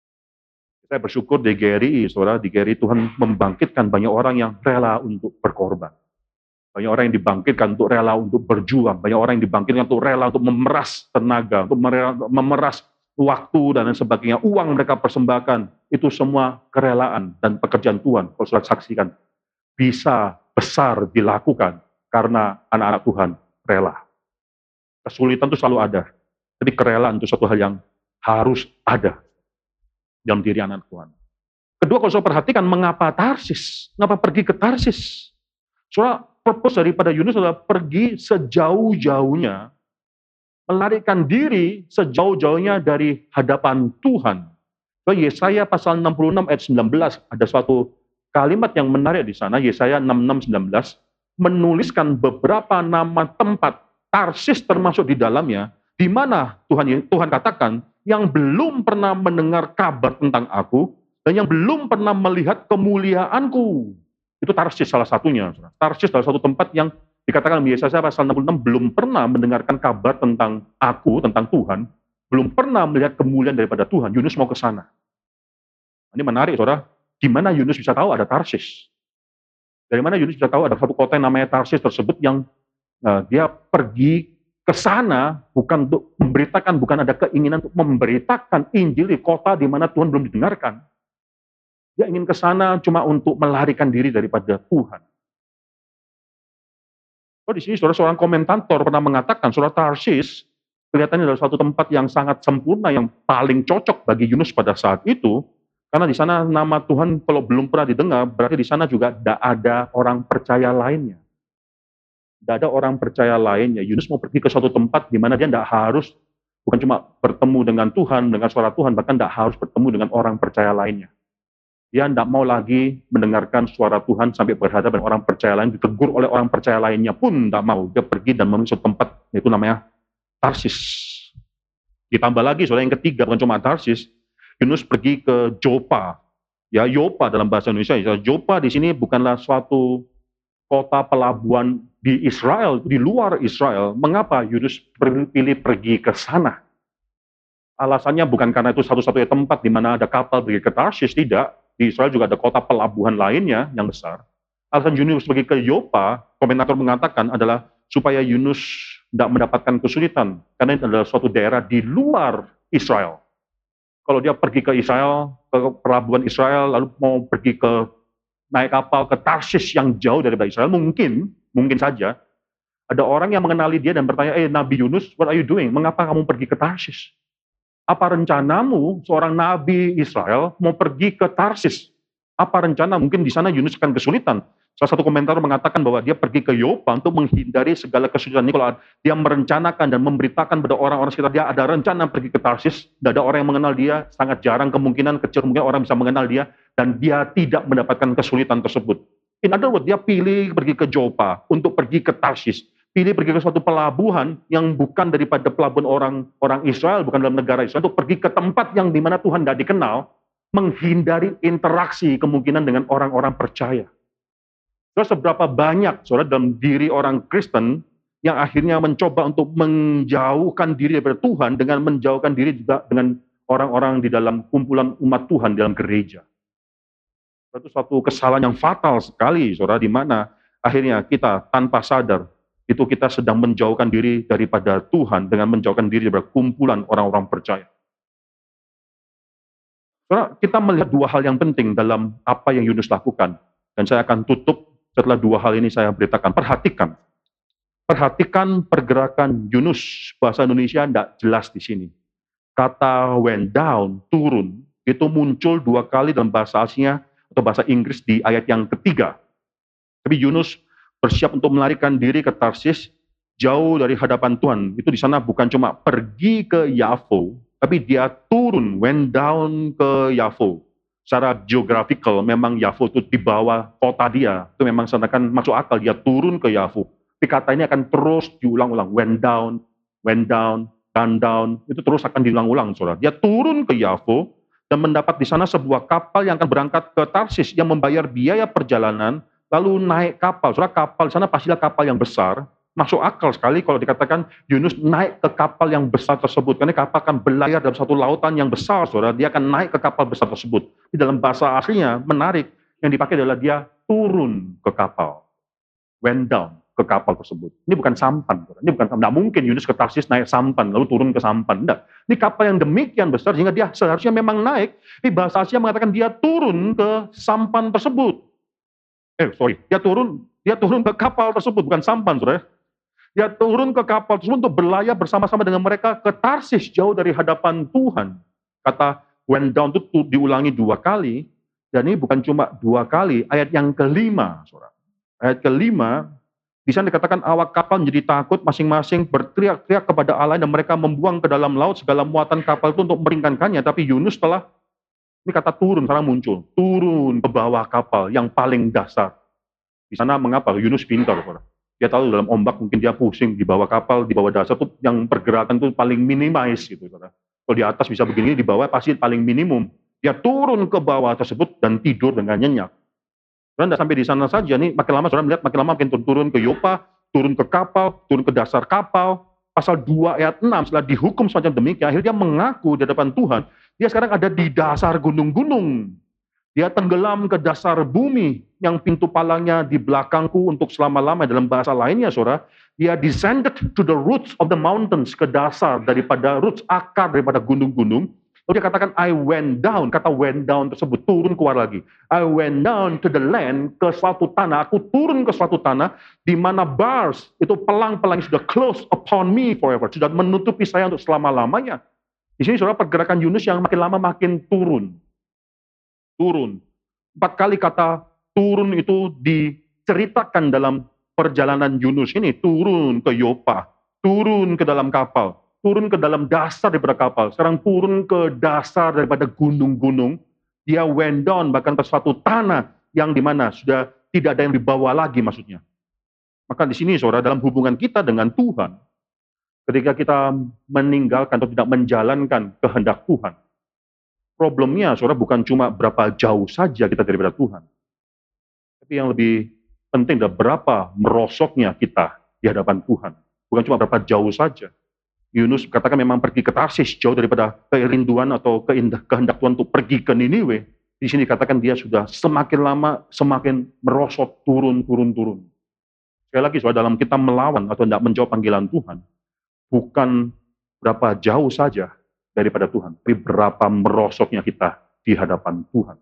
Saya bersyukur di GRI, saudara, di GRI Tuhan membangkitkan banyak orang yang rela untuk berkorban. Banyak orang yang dibangkitkan untuk rela untuk berjuang. Banyak orang yang dibangkitkan untuk rela untuk memeras tenaga, untuk memeras waktu dan lain sebagainya. Uang mereka persembahkan. Itu semua kerelaan dan pekerjaan Tuhan. Kalau saudara saksikan, bisa besar dilakukan karena anak-anak Tuhan rela. Kesulitan itu selalu ada. Jadi kerelaan itu suatu hal yang harus ada dalam diri anak Tuhan. Kedua, kalau saudara perhatikan, mengapa Tarsis? Mengapa pergi ke Tarsis? Saudara, purpose daripada Yunus adalah pergi sejauh-jauhnya, melarikan diri sejauh-jauhnya dari hadapan Tuhan. So, Yesaya pasal 66 ayat 19, ada suatu kalimat yang menarik di sana. Yesaya 66:19 menuliskan beberapa nama tempat Tarsis termasuk di dalamnya, di mana Tuhan katakan, yang belum pernah mendengar kabar tentang aku, dan yang belum pernah melihat kemuliaanku. Itu Tarsis salah satunya. Tarsis adalah satu tempat yang dikatakan Yesaya pasal 66 belum pernah mendengarkan kabar tentang aku, tentang Tuhan, belum pernah melihat kemuliaan daripada Tuhan. Yunus mau ke sana. Ini menarik, saudara. Di mana Yunus bisa tahu ada Tarsis? Dari mana Yunus bisa tahu ada satu kota yang namanya Tarsis tersebut yang dia pergi ke sana bukan untuk memberitakan, bukan ada keinginan untuk memberitakan Injil di kota di mana Tuhan belum didengarkan. Dia ingin ke sana cuma untuk melarikan diri daripada Tuhan. Di sini saudara, seorang komentator pernah mengatakan, saudara, Tarsis kelihatannya adalah suatu tempat yang sangat sempurna, yang paling cocok bagi Yunus pada saat itu, karena di sana nama Tuhan kalau belum pernah didengar, berarti di sana juga tidak ada orang percaya lainnya. Tidak ada orang percaya lainnya. Yunus mau pergi ke suatu tempat di mana dia tidak harus, bukan cuma bertemu dengan Tuhan, mendengar suara Tuhan, bahkan tidak harus bertemu dengan orang percaya lainnya. Dia tidak mau lagi mendengarkan suara Tuhan sampai berhadapan dengan orang percaya lain, ditegur oleh orang percaya lainnya pun tidak mau. Dia pergi dan menuju tempat, yaitu namanya Tarsis. Ditambah lagi, saudara, yang ketiga, bukan cuma Tarsis, Yunus pergi ke Jopa. Ya, Yopa dalam bahasa Indonesia. Jopa di sini bukanlah suatu kota pelabuhan di Israel, di luar Israel. Mengapa Yunus pilih pergi ke sana? Alasannya bukan karena itu satu-satunya tempat di mana ada kapal pergi ke Tarsis, tidak. Di Israel juga ada kota pelabuhan lainnya yang besar. Alasan Yunus pergi ke Yopa, komentator mengatakan adalah supaya Yunus tidak mendapatkan kesulitan, karena itu adalah suatu daerah di luar Israel. Kalau dia pergi ke Israel, ke pelabuhan Israel, lalu mau pergi ke naik kapal ke Tarsis yang jauh daripada Israel, mungkin saja ada orang yang mengenali dia dan bertanya, Nabi Yunus, what are you doing? Mengapa kamu pergi ke Tarsis? Apa rencanamu seorang Nabi Israel mau pergi ke Tarsis? Apa rencana? Mungkin di sana Yunus akan kesulitan. Salah satu komentar mengatakan bahwa dia pergi ke Yopa untuk menghindari segala kesulitan ini. Kalau dia merencanakan dan memberitakan pada orang-orang sekitar dia ada rencana pergi ke Tarsis, tidak ada orang yang mengenal dia, sangat jarang, kemungkinan kecil mungkin orang bisa mengenal dia, dan dia tidak mendapatkan kesulitan tersebut. In other words, dia pilih pergi ke Jopa untuk pergi ke Tarsis. Pilih pergi ke suatu pelabuhan yang bukan daripada pelabuhan orang Israel, bukan dalam negara Israel, untuk pergi ke tempat yang dimana Tuhan nggak dikenal, menghindari interaksi kemungkinan dengan orang-orang percaya. Saudara, seberapa banyak saudara dalam diri orang Kristen yang akhirnya mencoba untuk menjauhkan diri daripada Tuhan dengan menjauhkan diri juga dengan orang-orang di dalam kumpulan umat Tuhan dalam gereja. Itu suatu kesalahan yang fatal sekali, saudara, di mana akhirnya kita tanpa sadar itu kita sedang menjauhkan diri daripada Tuhan dengan menjauhkan diri daripada kumpulan orang-orang percaya. Saudara, kita melihat dua hal yang penting dalam apa yang Yunus lakukan, dan saya akan tutup setelah dua hal ini saya beritakan. Perhatikan pergerakan Yunus. Bahasa Indonesia tidak jelas di sini. Kata went down, turun, itu muncul dua kali dalam bahasa Asia atau bahasa Inggris di ayat yang ketiga. Tapi Yunus bersiap untuk melarikan diri ke Tarsis, jauh dari hadapan Tuhan. Itu di sana bukan cuma pergi ke Yafo, tapi dia turun, went down ke Yafo. Secara geographical, memang Yafo itu di bawah kota dia. Itu memang seakan masuk akal, dia turun ke Yafo. Tapi kata ini akan terus diulang-ulang, went down, down, itu terus akan diulang-ulang, saudara. Dia turun ke Yafo, dan mendapat di sana sebuah kapal yang akan berangkat ke Tarsis yang membayar biaya perjalanan, lalu naik kapal. Saudara, kapal di sana pastilah kapal yang besar. Masuk akal sekali kalau dikatakan Yunus naik ke kapal yang besar tersebut, karena kapal akan berlayar dalam satu lautan yang besar, saudara. Dia akan naik ke kapal besar tersebut. Di dalam bahasa aslinya menarik, yang dipakai adalah dia turun ke kapal, went down ke kapal tersebut. Ini bukan sampan, saudara. Ini bukan, tidak mungkin Yunus ke Tarsis naik sampan lalu turun ke sampan. Tidak. Ini kapal yang demikian besar sehingga dia seharusnya memang naik. Di bahasa Asia mengatakan dia turun ke sampan tersebut. Dia turun ke kapal tersebut, bukan sampan, saudara. Dia turun ke kapal tersebut untuk berlayar bersama-sama dengan mereka ke Tarsis, jauh dari hadapan Tuhan. Kata went down itu diulangi dua kali, dan ini bukan cuma dua kali. Ayat yang kelima, saudara. Ayat kelima, di sana dikatakan awak kapal menjadi takut, masing-masing berteriak-teriak kepada Allah, dan mereka membuang ke dalam laut segala muatan kapal itu untuk meringankannya. Tapi Yunus telah, ini kata turun, sekarang muncul, turun ke bawah kapal yang paling dasar. Di sana mengapa? Yunus pintar, saudara. Dia tahu dalam ombak mungkin dia pusing, di bawah kapal, di bawah dasar tuh yang pergerakan itu paling minimize gitu, saudara. Kalau di atas bisa begini, di bawah pasti paling minimum. Dia turun ke bawah tersebut dan tidur dengan nyenyak. Dan sampai di sana saja, nih makin lama saudara melihat makin lama makin turun ke Yopa, turun ke kapal, turun ke dasar kapal. Pasal 2 ayat 6, setelah dihukum semacam demikian, akhirnya dia mengaku di hadapan Tuhan. Dia sekarang ada di dasar gunung-gunung. Dia tenggelam ke dasar bumi yang pintu palangnya di belakangku untuk selama-lama. Dalam bahasa lainnya, saudara, dia descended to the roots of the mountains, ke dasar daripada roots, akar daripada gunung-gunung. Lalu dia katakan, I went down. Kata went down tersebut, turun keluar lagi. I went down to the land, ke suatu tanah. Aku turun ke suatu tanah, di mana bars, itu pelang-pelang sudah close upon me forever. Sudah menutupi saya untuk selama-lamanya. Di sini, saudara, pergerakan Yunus yang makin lama makin turun. Turun. 4 kali kata turun itu diceritakan dalam perjalanan Yunus ini. Turun ke Yopa, turun ke dalam kapal, turun ke dalam dasar daripada kapal, sekarang turun ke dasar daripada gunung-gunung. Dia went down bahkan ke suatu tanah yang dimana sudah tidak ada yang dibawa lagi, maksudnya. Maka di sini, saudara, dalam hubungan kita dengan Tuhan, ketika kita meninggalkan atau tidak menjalankan kehendak Tuhan, problemnya, saudara, bukan cuma berapa jauh saja kita daripada Tuhan. Tapi yang lebih penting adalah berapa merosotnya kita di hadapan Tuhan. Bukan cuma berapa jauh saja. Yunus katakan memang pergi ke Tarsis, jauh daripada kerinduan atau kehendak Tuhan untuk pergi ke Niniwe. Di sini katakan dia sudah semakin lama, semakin merosot, turun. Sekali lagi, saudara, dalam kita melawan atau tidak menjawab panggilan Tuhan, bukan berapa jauh saja daripada Tuhan, tapi berapa merosotnya kita di hadapan Tuhan.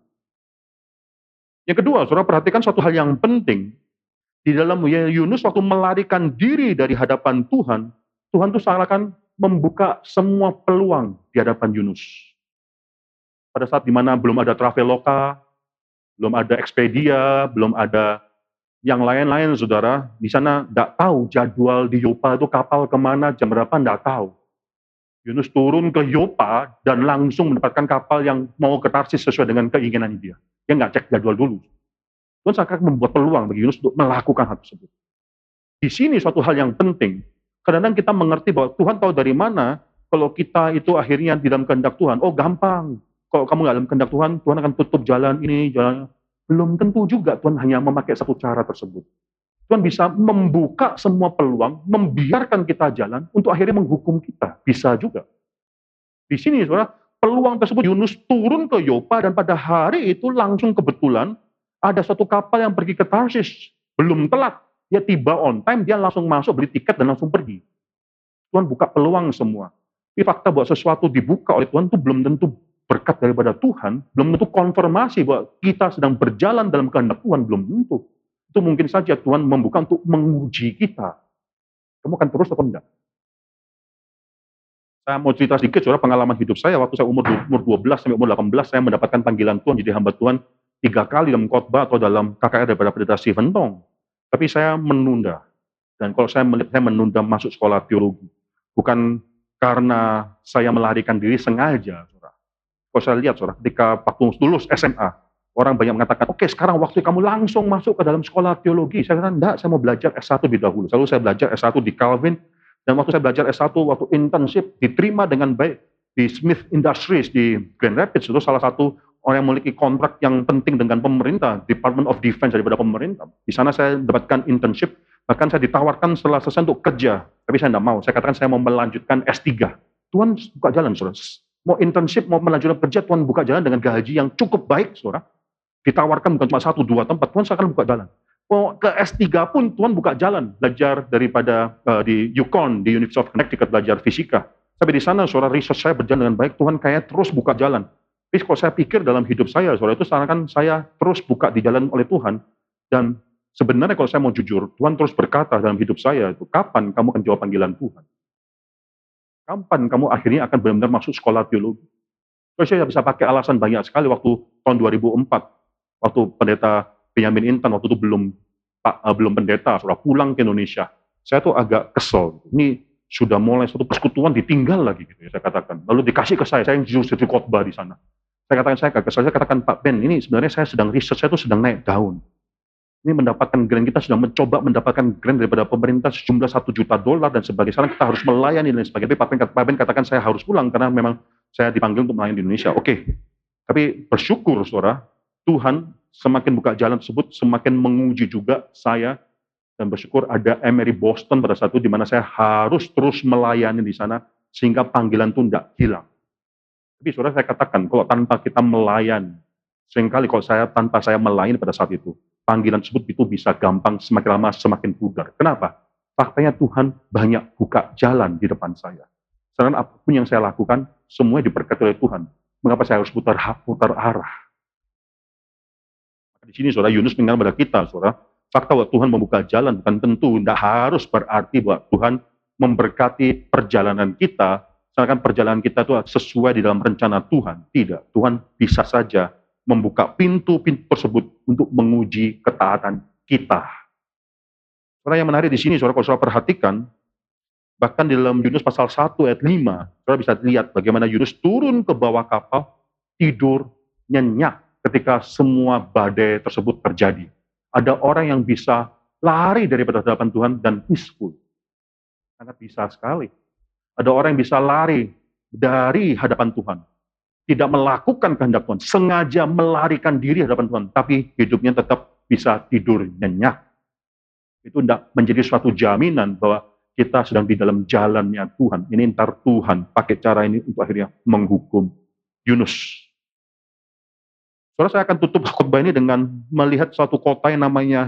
Yang kedua, saudara, perhatikan suatu hal yang penting. Di dalam Yunus waktu melarikan diri dari hadapan Tuhan, Tuhan itu seakan membuka semua peluang di hadapan Yunus. Pada saat dimana belum ada Traveloka, belum ada Expedia, belum ada yang lain-lain, saudara, di sana tidak tahu jadwal di Yopa itu kapal kemana, jam berapa, tidak tahu. Yunus turun ke Yopa dan langsung mendapatkan kapal yang mau ke Tarsis sesuai dengan keinginan dia. Dia nggak cek jadwal dulu. Tuhan seakan membuat peluang bagi Yunus untuk melakukan hal tersebut. Di sini suatu hal yang penting. Kadang-kadang kita mengerti bahwa Tuhan tahu dari mana kalau kita itu akhirnya di dalam kehendak Tuhan. Oh gampang. Kalau kamu nggak dalam kehendak Tuhan, Tuhan akan tutup jalan ini, jalan. Belum tentu juga Tuhan hanya memakai satu cara tersebut. Tuhan bisa membuka semua peluang, membiarkan kita jalan untuk akhirnya menghukum kita. Bisa juga. Di sini, saudara, peluang tersebut Yunus turun ke Yopa dan pada hari itu langsung kebetulan ada satu kapal yang pergi ke Tarsis. Belum telat. Dia tiba on time, dia langsung masuk, beli tiket dan langsung pergi. Tuhan buka peluang semua. Tapi fakta bahwa sesuatu dibuka oleh Tuhan itu belum tentu berkat daripada Tuhan, belum tentu konfirmasi bahwa kita sedang berjalan dalam kehendak Tuhan, belum tentu. Itu mungkin saja Tuhan membuka untuk menguji kita. Kamu akan terus atau enggak? Saya mau cerita sedikit, saudara, pengalaman hidup saya waktu saya umur 12 sampai umur 18, saya mendapatkan panggilan Tuhan jadi hamba Tuhan 3 kali dalam khotbah atau dalam KKR daripada Pendeta Stephen Tong. Tapi saya menunda. Dan kalau saya melihat, saya menunda masuk sekolah teologi. Bukan karena saya melarikan diri sengaja, saudara. Kalau saya lihat, saudara, ketika waktu lulus SMA, orang banyak mengatakan, oke, sekarang waktu kamu langsung masuk ke dalam sekolah teologi. Saya katakan, enggak, saya mau belajar S1 lebih dahulu. Lalu saya belajar S1 di Calvin, dan waktu saya belajar S1, waktu internship, diterima dengan baik di Smith Industries di Grand Rapids. Itu salah satu orang yang memiliki kontrak yang penting dengan pemerintah, Department of Defense daripada pemerintah. Di sana saya mendapatkan internship, bahkan saya ditawarkan setelah selesai untuk kerja, tapi saya tidak mau. Saya katakan saya mau melanjutkan S3. Tuhan buka jalan, saudara. Mau internship, mau melanjutkan kerja, Tuhan buka jalan dengan gaji yang cukup baik, saudara. Ditawarkan bukan cuma 1-2 tempat, Tuhan akan buka jalan. Mau ke S3 pun Tuhan buka jalan. Belajar daripada di Yukon, di University of Connecticut, belajar fisika. Tapi di sana, saudara, research saya berjalan dengan baik, Tuhan kayak terus buka jalan. Tapi kalau saya pikir dalam hidup saya, saudara, itu seakan saya terus buka di jalan oleh Tuhan. Dan sebenarnya kalau saya mau jujur, Tuhan terus berkata dalam hidup saya, itu kapan kamu akan jawab panggilan Tuhan? Kapan kamu akhirnya akan benar-benar masuk sekolah teologi? Terus saya bisa pakai alasan banyak sekali waktu tahun 2004, waktu pendeta Benjamin Intan, waktu itu belum pendeta, saudara, pulang ke Indonesia. Saya tuh agak kesel. Ini sudah mulai satu persekutuan ditinggal lagi, gitu ya, saya katakan. Lalu dikasih ke saya yang justru khotbah di sana. Saya katakan, saya kesel. Saya katakan, Pak Ben, ini sebenarnya saya sedang riset, saya tuh sedang naik daun. Ini mendapatkan grant, kita sedang mencoba mendapatkan grant daripada pemerintah sejumlah $1 juta dan sebagainya. Sekarang kita harus melayani dan sebagainya. Tapi Pak Ben katakan saya harus pulang karena memang saya dipanggil untuk melayani di Indonesia. Oke. Tapi bersyukur, saudara, Tuhan semakin buka jalan tersebut, semakin menguji juga saya, dan bersyukur ada Emery Boston pada saat itu di mana saya harus terus melayani di sana sehingga panggilan itu tidak hilang. Tapi saudara, saya katakan kalau tanpa kita melayani, seringkali kalau tanpa saya melayani pada saat itu, panggilan tersebut itu bisa gampang, semakin lama semakin pudar. Kenapa? Faktanya Tuhan banyak buka jalan di depan saya. Sedangkan apapun yang saya lakukan, semuanya diberkati oleh Tuhan. Mengapa saya harus putar arah? Di sini, saudara, Yunus mengingatkan pada kita, saudara, fakta bahwa Tuhan membuka jalan bukan tentu, tidak harus berarti bahwa Tuhan memberkati perjalanan kita, sedangkan perjalanan kita itu sesuai di dalam rencana Tuhan. Tidak, Tuhan bisa saja membuka pintu-pintu tersebut untuk menguji ketaatan kita. Saudara, yang menarik di sini, saudara, kalau saudara perhatikan, bahkan di dalam Yunus pasal 1 ayat 5, saudara bisa lihat bagaimana Yunus turun ke bawah kapal, tidur, nyenyak ketika semua badai tersebut terjadi. Ada orang yang bisa lari daripada hadapan Tuhan dan peaceful. Sangat bisa sekali. Ada orang yang bisa lari dari hadapan Tuhan. Tidak melakukan kehendak Tuhan, sengaja melarikan diri hadapan Tuhan, tapi hidupnya tetap bisa tidur nyenyak. Itu tidak menjadi suatu jaminan bahwa kita sedang di dalam jalannya Tuhan. Ini ntar Tuhan pakai cara ini untuk akhirnya menghukum Yunus. Saudara, saya akan tutup khotbah ini dengan melihat suatu kota yang namanya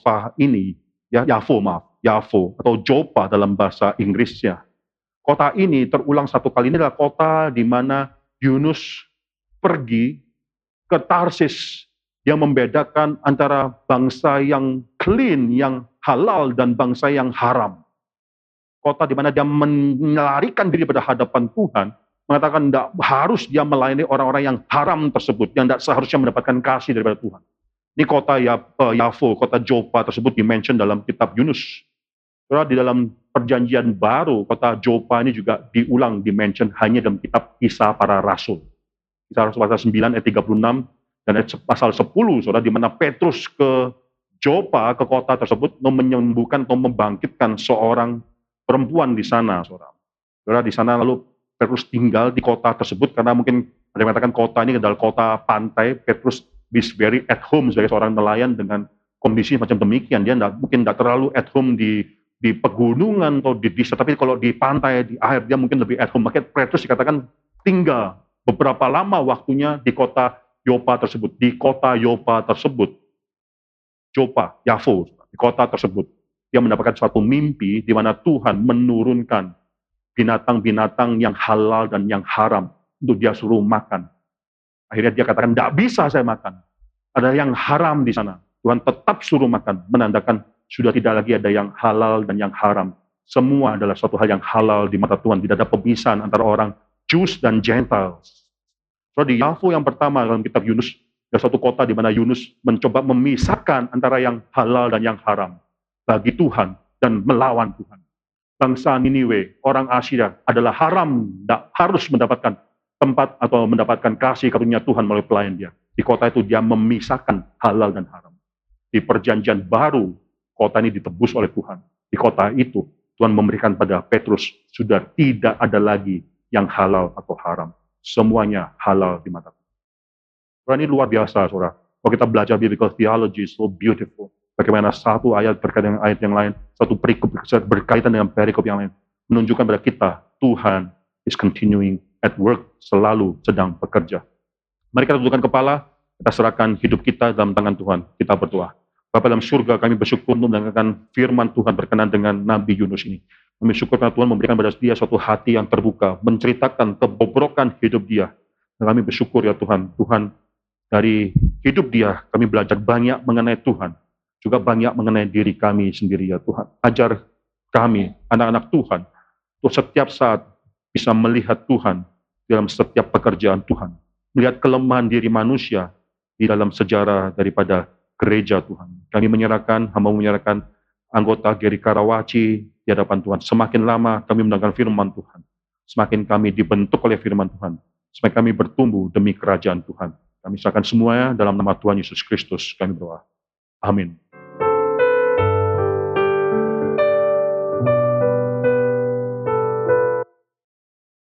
Yafo atau Jopa dalam bahasa Inggrisnya. Kota ini terulang satu kali, ini adalah kota di mana Yunus pergi ke Tarsis yang membedakan antara bangsa yang clean, yang halal, dan bangsa yang haram. Kota di mana dia melarikan diri pada hadapan Tuhan, mengatakan tidak harus dia melayani orang-orang yang haram tersebut, yang tidak seharusnya mendapatkan kasih daripada Tuhan. Ini kota Yafo, kota Jopa tersebut dimention dalam kitab Yunus. Karena di dalam perjanjian baru, kota Jopa ini juga diulang, dimention hanya dalam kitab Kisah Para Rasul. Kisah Rasul pasal 9 ayat 36, Dan ayat pasal 10, saudara, di mana Petrus ke Jopa, ke kota tersebut, menyembuhkan atau membangkitkan seorang perempuan di sana, saudara. Saudara, di sana lalu Petrus tinggal di kota tersebut, karena mungkin ada yang mengatakan kota ini adalah kota pantai. Petrus is very at home sebagai seorang nelayan dengan kondisi macam demikian. Dia mungkin tidak terlalu at home di pegunungan atau di desa, tapi kalau di pantai, di air, dia mungkin lebih at home. Makanya Petrus dikatakan tinggal beberapa lama waktunya di kota Yopa tersebut. Di kota Yopa tersebut, Jopa, Yafo, di kota tersebut, dia mendapatkan suatu mimpi di mana Tuhan menurunkan binatang-binatang yang halal dan yang haram untuk dia suruh makan. Akhirnya dia katakan, tidak bisa saya makan. Ada yang haram di sana. Tuhan tetap suruh makan, menandakan sudah tidak lagi ada yang halal dan yang haram. Semua adalah suatu hal yang halal di mata Tuhan. Tidak ada pemisahan antara orang Jews dan Gentiles. So, di Yafo yang pertama dalam kitab Yunus, ada suatu kota di mana Yunus mencoba memisahkan antara yang halal dan yang haram bagi Tuhan dan melawan Tuhan. Bangsa Niniwe, orang Asyria adalah haram, tidak harus mendapatkan tempat atau mendapatkan kasih karunia Tuhan melalui pelayan dia. Di kota itu dia memisahkan halal dan haram. Di perjanjian baru, kota ini ditebus oleh Tuhan. Di kota itu, Tuhan memberikan pada Petrus, sudah tidak ada lagi yang halal atau haram. Semuanya halal di mata Tuhan. Ini luar biasa, saudara. Kalau kita belajar biblical theology, so beautiful. Bagaimana satu ayat berkaitan dengan ayat yang lain, satu perikop berkaitan dengan perikop yang lain, menunjukkan pada kita, Tuhan is continuing at work, selalu sedang bekerja. Mari kita tundukkan kepala, kita serahkan hidup kita dalam tangan Tuhan. Kita berdoa. Bapa dalam surga, kami bersyukur untuk mendengarkan firman Tuhan berkenan dengan Nabi Yunus ini. Kami bersyukur karena Tuhan memberikan pada dia suatu hati yang terbuka, menceritakan kebobrokan hidup dia. Dan kami bersyukur ya Tuhan, dari hidup dia, kami belajar banyak mengenai Tuhan. Juga banyak mengenai diri kami sendiri ya Tuhan. Ajar kami, anak-anak Tuhan, untuk setiap saat bisa melihat Tuhan dalam setiap pekerjaan Tuhan. Melihat kelemahan diri manusia di dalam sejarah daripada gereja Tuhan. Kami hamba menyerahkan anggota Geri Karawaci di hadapan Tuhan. Semakin lama kami mendengar firman Tuhan, semakin kami dibentuk oleh firman Tuhan. Semakin kami bertumbuh demi kerajaan Tuhan. Kami serahkan semuanya dalam nama Tuhan Yesus Kristus. Kami berdoa. Amin.